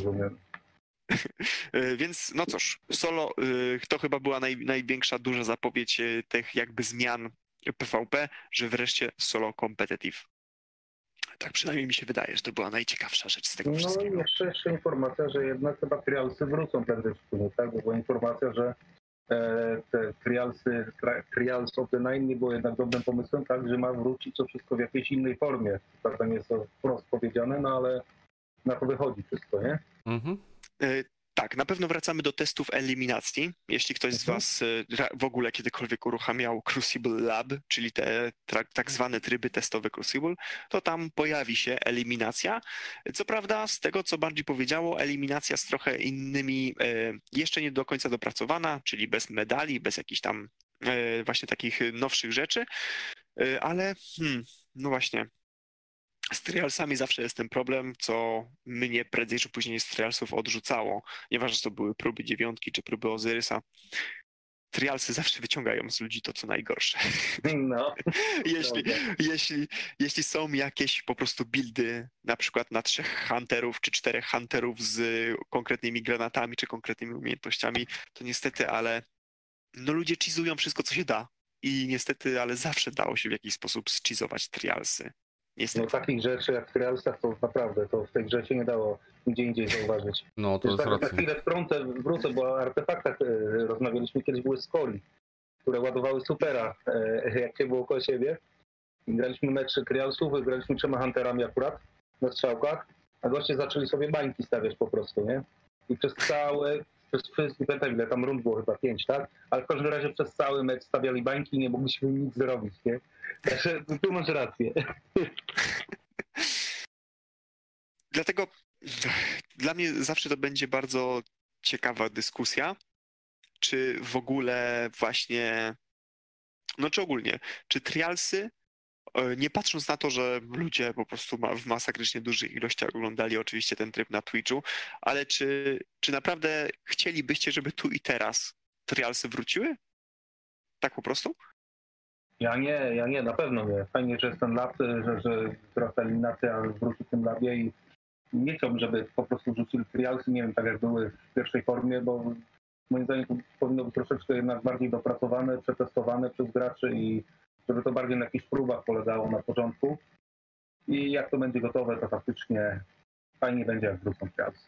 e, więc no cóż, solo e, to chyba była naj, największa, duża zapowiedź e, tych jakby zmian PvP, że wreszcie solo competitive. Tak przynajmniej mi się wydaje, że to była najciekawsza rzecz z tego no, wszystkiego. No jeszcze, jeszcze informacja, że jednak chyba trialsy wrócą prędzej czy później, tak? Bo była informacja, że e, te trialsy, trials of the Nine nie było jednak dobrym pomysłem, tak? Że ma wrócić to wszystko w jakiejś innej formie. Prawda nie jest to wprost powiedziane, no ale na to wychodzi wszystko, nie? Mhm. E, tak, na pewno wracamy do testów eliminacji. Jeśli ktoś z Mhm. was w ogóle kiedykolwiek uruchamiał Crucible Lab, czyli te tra- tak zwane tryby testowe Crucible, to tam pojawi się eliminacja. Co prawda, z tego co Bungie powiedziało, eliminacja z trochę innymi, e, jeszcze nie do końca dopracowana, czyli bez medali, bez jakichś tam właśnie takich nowszych rzeczy, ale hmm, no właśnie, z trialsami zawsze jest ten problem, co mnie prędzej czy później z trialsów odrzucało. Nieważne, czy to były próby dziewiątki, czy próby Ozyrysa. Trialsy zawsze wyciągają z ludzi to, co najgorsze. No, jeśli, jeśli, jeśli są jakieś po prostu buildy, na przykład na trzech hunterów, czy czterech hunterów z konkretnymi granatami, czy konkretnymi umiejętnościami, to niestety, ale no ludzie cheezują wszystko, co się da. I niestety, ale zawsze dało się w jakiś sposób zcheezować trialsy. No takich rzeczy jak w Trialsach to naprawdę, to w tej grze się nie dało nigdzie indziej zauważyć. No to jest tak, na racja. chwilę wtrącę, wrócę, bo o artefaktach e, rozmawialiśmy, kiedyś były skoli, które ładowały supera, e, jak się było koło siebie. Graliśmy mecz Trialsów, graliśmy trzema hunterami akurat na strzałkach, a goście zaczęli sobie bańki stawiać po prostu, nie? I przez całe, przez wszystkie, pamiętam ile tam rund było, chyba pięć, tak? Ale w każdym razie przez cały mecz stawiali bańki i nie mogliśmy nic zrobić, nie? Także tu masz rację. Dlatego dla mnie zawsze to będzie bardzo ciekawa dyskusja, czy w ogóle właśnie, no czy ogólnie, czy trialsy, nie patrząc na to, że ludzie po prostu w masakrycznie dużych ilościach oglądali oczywiście ten tryb na Twitchu, ale czy, czy naprawdę chcielibyście, żeby tu i teraz trialsy wróciły? Tak po prostu? Ja nie, ja nie, na pewno nie. Fajnie, że jest ten lab, że, że teraz ta eliminacja wróci w tym labie i nie chciałbym, żeby po prostu wrzucili trialsy, nie wiem, tak jak były w pierwszej formie, bo moim zdaniem to powinno być troszeczkę jednak bardziej dopracowane, przetestowane przez graczy i żeby to bardziej na jakichś próbach polegało na porządku. I jak to będzie gotowe, to faktycznie fajnie będzie, jak wrócą trialsy.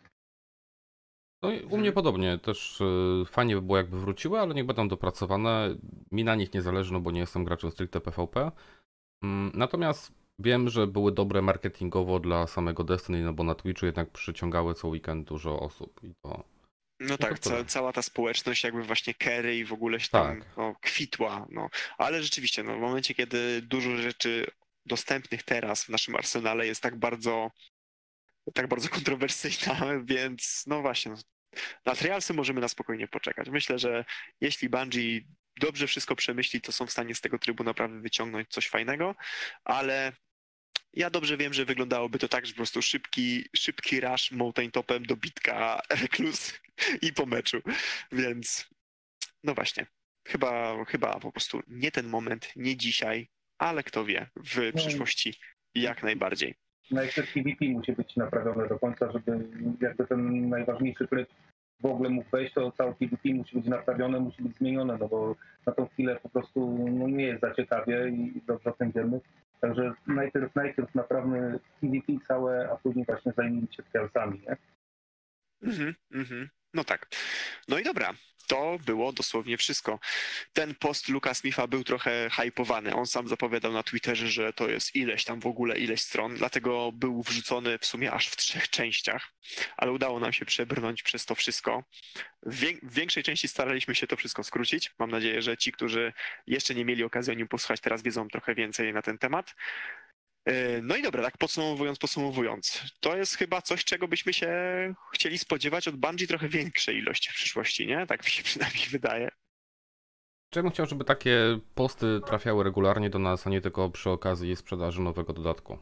No i u mnie podobnie, też y, fajnie by było jakby wróciły, ale niech będą dopracowane. Mi na nich nie zależy, no bo nie jestem graczem stricte PvP. Mm, natomiast wiem, że były dobre marketingowo dla samego Destiny, no bo na Twitchu jednak przyciągały co weekend dużo osób i to... No tak, to ca- cała ta społeczność jakby właśnie Kerry i w ogóle się Tak. tam no, kwitła, no. Ale rzeczywiście, no, w momencie, kiedy dużo rzeczy dostępnych teraz w naszym arsenale jest tak bardzo tak bardzo kontrowersyjna, więc no właśnie, no, na trialsy możemy na spokojnie poczekać. Myślę, że jeśli Bungie dobrze wszystko przemyśli, to są w stanie z tego trybu naprawdę wyciągnąć coś fajnego, ale ja dobrze wiem, że wyglądałoby to tak, że po prostu szybki, szybki rush mountain topem do bitka Recluse i po meczu, więc no właśnie, chyba, chyba po prostu nie ten moment, nie dzisiaj, ale kto wie, w przyszłości jak najbardziej. Najpierw P V P musi być naprawione do końca, żeby jakby ten najważniejszy tryb w ogóle mógł wejść, to całe P V P musi być naprawione, musi być zmienione, no bo na tą chwilę po prostu no, nie jest za ciekawie i dobrze o tym wiemy. Także najpierw, najpierw naprawmy P V P całe, a później właśnie zajmijmy się trialsami, nie? Mhm, mhm. No tak. No i dobra, to było dosłownie wszystko. Ten post Luka Smitha był trochę hypowany. On sam zapowiadał na Twitterze, że to jest ileś tam w ogóle, ileś stron, dlatego był wrzucony w sumie aż w trzech częściach, ale udało nam się przebrnąć przez to wszystko. W, wiek- w większej części staraliśmy się to wszystko skrócić. Mam nadzieję, że ci, którzy jeszcze nie mieli okazji o nim posłuchać, teraz wiedzą trochę więcej na ten temat. No i dobra, tak podsumowując, podsumowując, to jest chyba coś, czego byśmy się chcieli spodziewać od Bungie trochę większej ilości w przyszłości, nie? Tak mi się przynajmniej wydaje. Ja bym chciał, żeby takie posty trafiały regularnie do nas, a nie tylko przy okazji sprzedaży nowego dodatku.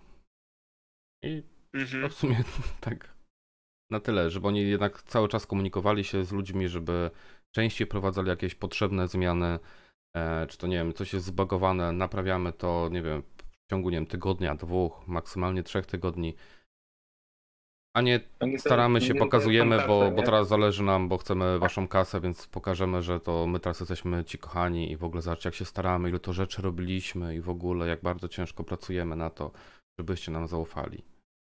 I Mhm. to w sumie tak na tyle, żeby oni jednak cały czas komunikowali się z ludźmi, żeby częściej prowadzali jakieś potrzebne zmiany, e, czy to nie wiem, coś jest zbagowane, naprawiamy to, nie wiem, w ciągu, nie wiem, tygodnia, dwóch, maksymalnie trzech tygodni. A nie staramy się, pokazujemy, bo, bo teraz zależy nam, bo chcemy waszą kasę, więc pokażemy, że to my teraz jesteśmy ci kochani i w ogóle zobaczcie, jak się staramy, ile to rzeczy robiliśmy i w ogóle jak bardzo ciężko pracujemy na to, żebyście nam zaufali.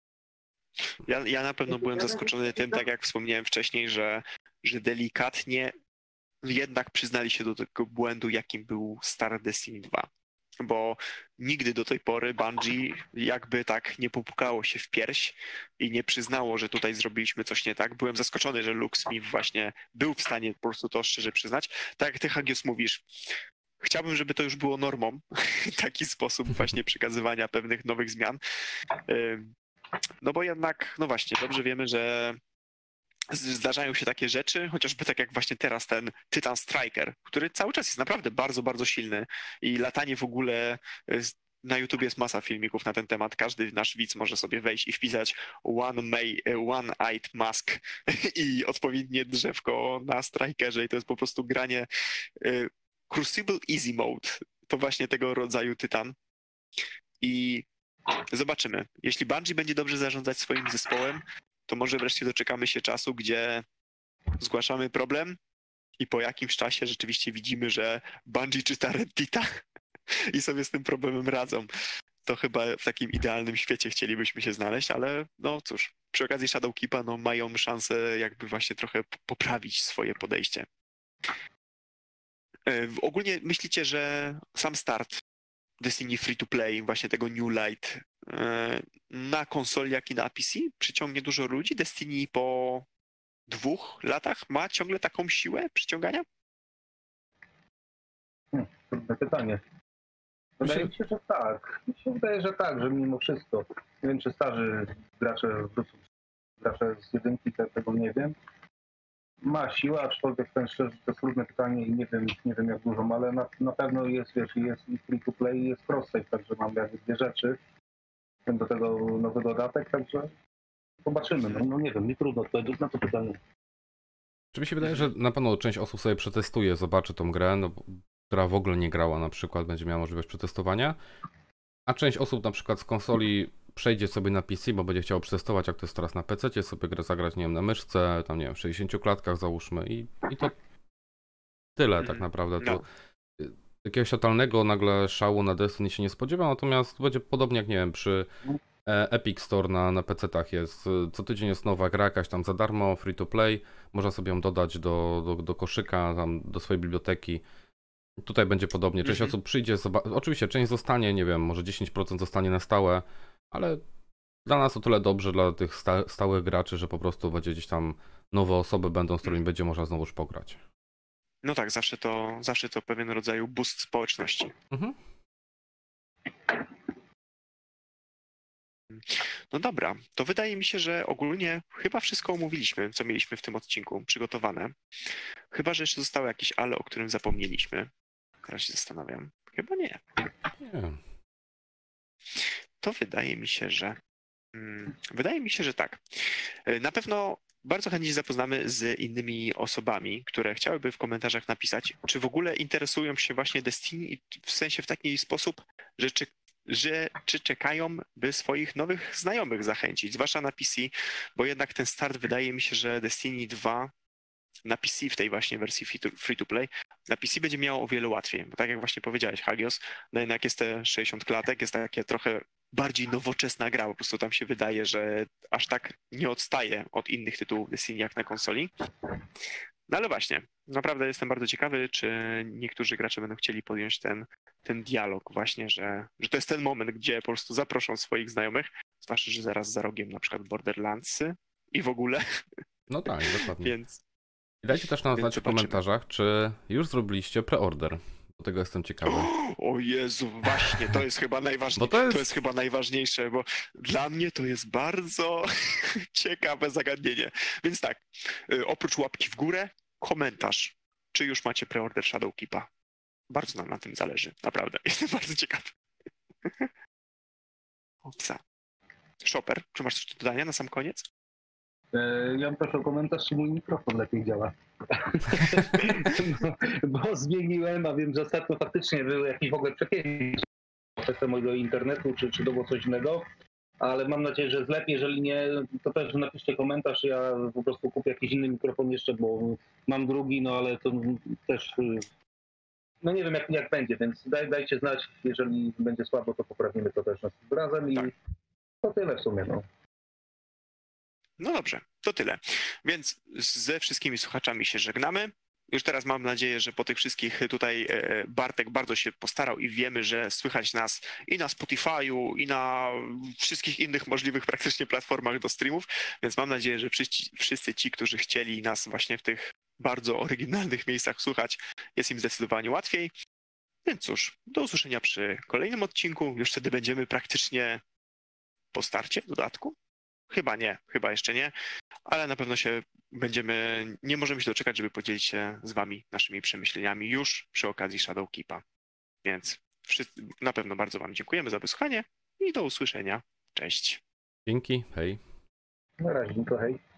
Ja, ja na pewno byłem zaskoczony tym, tak jak wspomniałem wcześniej, że, że delikatnie jednak przyznali się do tego błędu, jakim był stary Destiny dwa. Bo nigdy do tej pory Bungie jakby tak nie popukało się w pierś i nie przyznało, że tutaj zrobiliśmy coś nie tak. Byłem zaskoczony, że Luke Smith właśnie był w stanie po prostu to szczerze przyznać. Tak jak ty, Hagios, mówisz, chciałbym, żeby to już było normą, taki sposób właśnie przekazywania pewnych nowych zmian. No bo jednak, no właśnie, dobrze wiemy, że zdarzają się takie rzeczy, chociażby tak jak właśnie teraz ten Titan Striker, który cały czas jest naprawdę bardzo, bardzo silny i latanie w ogóle na YouTube jest masa filmików na ten temat. Każdy nasz widz może sobie wejść i wpisać one may, one-eyed mask i odpowiednie drzewko na Strikerze i to jest po prostu granie Crucible Easy Mode. To właśnie tego rodzaju Tytan. I zobaczymy. Jeśli Bungie będzie dobrze zarządzać swoim zespołem, to może wreszcie doczekamy się czasu, gdzie zgłaszamy problem i po jakimś czasie rzeczywiście widzimy, że Bungie czyta Reddita i sobie z tym problemem radzą. To chyba w takim idealnym świecie chcielibyśmy się znaleźć, ale no cóż, przy okazji Shadowkeepa no, mają szansę jakby właśnie trochę poprawić swoje podejście. Ogólnie myślicie, że sam start Destiny Free-to-Play, właśnie tego New Light, na konsoli, jak i na P C przyciągnie dużo ludzi? Destiny po dwóch latach ma ciągle taką siłę przyciągania? Hmm, trudne pytanie. Wydaje mi się, że tak. Mi się wydaje, że tak, że mimo wszystko. Nie wiem, czy starzy gracze wrócą, gracze z jedynki, tego nie wiem. Ma siłę, aczkolwiek ten szczerze, to jest trudne pytanie i nie wiem, nie wiem jak dużo, ale na, na pewno jest, wiesz, jest i free to play i jest cross-save, także mam jakby dwie rzeczy. Do tego nowy dodatek, także zobaczymy. No, no nie wiem, nie trudno odpowiedzieć na to pytanie. Czy mi się wydaje, że na pewno część osób sobie przetestuje, zobaczy tą grę, no, która w ogóle nie grała na przykład, będzie miała możliwość przetestowania, a część osób na przykład z konsoli przejdzie sobie na P C, bo będzie chciało przetestować, jak to jest teraz na pececie, sobie grę zagrać, nie wiem, na myszce, tam nie wiem, w sześćdziesięciu klatkach załóżmy i, i to tyle tak naprawdę. To no. Jakiegoś totalnego nagle szału na Destiny się nie spodziewam, natomiast będzie podobnie jak, nie wiem, przy Epic Store na, na pecetach jest, co tydzień jest nowa gra jakaś tam za darmo, free to play, można sobie ją dodać do, do, do koszyka, tam do swojej biblioteki. Tutaj będzie podobnie, część Mhm. osób przyjdzie, oczywiście część zostanie, nie wiem, może dziesięć procent zostanie na stałe, ale dla nas o tyle dobrze, dla tych sta stałych graczy, że po prostu będzie gdzieś tam nowe osoby będą, z którymi będzie można znowuż pograć. No tak, zawsze to, zawsze to pewien rodzaj boost społeczności. Mhm. No dobra, to wydaje mi się, że ogólnie chyba wszystko omówiliśmy, co mieliśmy w tym odcinku przygotowane. Chyba, że jeszcze zostało jakieś ale, o którym zapomnieliśmy. Teraz się zastanawiam. Chyba nie. Nie. To wydaje mi się, że... Hmm, wydaje mi się, że tak. Na pewno bardzo chętnie się zapoznamy z innymi osobami, które chciałyby w komentarzach napisać, czy w ogóle interesują się właśnie Destiny w sensie w taki sposób, że czy że czy czekają, by swoich nowych znajomych zachęcić, zwłaszcza na P C, bo jednak ten start wydaje mi się, że Destiny dwa na P C w tej właśnie wersji free-to-play, na P C będzie miało o wiele łatwiej, bo tak jak właśnie powiedziałeś, Hagios, no jednak jest te sześćdziesiąt klatek, jest takie trochę bardziej nowoczesna gra, po prostu tam się wydaje, że aż tak nie odstaje od innych tytułów Destiny jak na konsoli. No ale właśnie, naprawdę jestem bardzo ciekawy, czy niektórzy gracze będą chcieli podjąć ten, ten dialog właśnie, że, że to jest ten moment, gdzie po prostu zaproszą swoich znajomych, zwłaszcza, że zaraz za rogiem na przykład Borderlandsy i w ogóle. No tak, dokładnie. Więc, I dajcie też nam znać w komentarzach, czy już zrobiliście preorder. Do tego jestem ciekawy. O Jezu, właśnie, to jest chyba najważniejsze. To jest... to jest chyba najważniejsze, bo dla mnie to jest bardzo ciekawe zagadnienie. Więc tak, oprócz łapki w górę, komentarz, czy już macie preorder Shadowkeepa. Bardzo nam na tym zależy, naprawdę. Jestem bardzo ciekawy. Opsa. Shopper, czy masz coś do dodania na sam koniec? Ja bym proszę o komentarz, czy mój mikrofon lepiej działa. no, bo zmieniłem, a wiem, że ostatnio faktycznie były jakieś w ogóle przepiękne kwestie mojego internetu, czy, czy to było coś innego, ale mam nadzieję, że jest lepiej. Jeżeli nie, to też napiszcie komentarz, ja po prostu kupię jakiś inny mikrofon jeszcze, bo mam drugi, no ale to też, no nie wiem jak, jak będzie, więc daj, dajcie znać, jeżeli będzie słabo, to poprawimy to też następnym razem i tak. To tyle w sumie, no. No dobrze, to tyle. Więc ze wszystkimi słuchaczami się żegnamy. Już teraz mam nadzieję, że po tych wszystkich tutaj Bartek bardzo się postarał i wiemy, że słychać nas i na Spotify'u, i na wszystkich innych możliwych praktycznie platformach do streamów, więc mam nadzieję, że wszyscy, wszyscy ci, którzy chcieli nas właśnie w tych bardzo oryginalnych miejscach słuchać, jest im zdecydowanie łatwiej. Więc cóż, do usłyszenia przy kolejnym odcinku. Już wtedy będziemy praktycznie po starcie dodatku. chyba nie, chyba jeszcze nie, ale na pewno się będziemy, nie możemy się doczekać, żeby podzielić się z wami naszymi przemyśleniami już przy okazji Shadowkeepa. Więc wszyscy, na pewno bardzo wam dziękujemy za wysłuchanie i do usłyszenia. Cześć. Dzięki, hej. Na razie, to hej.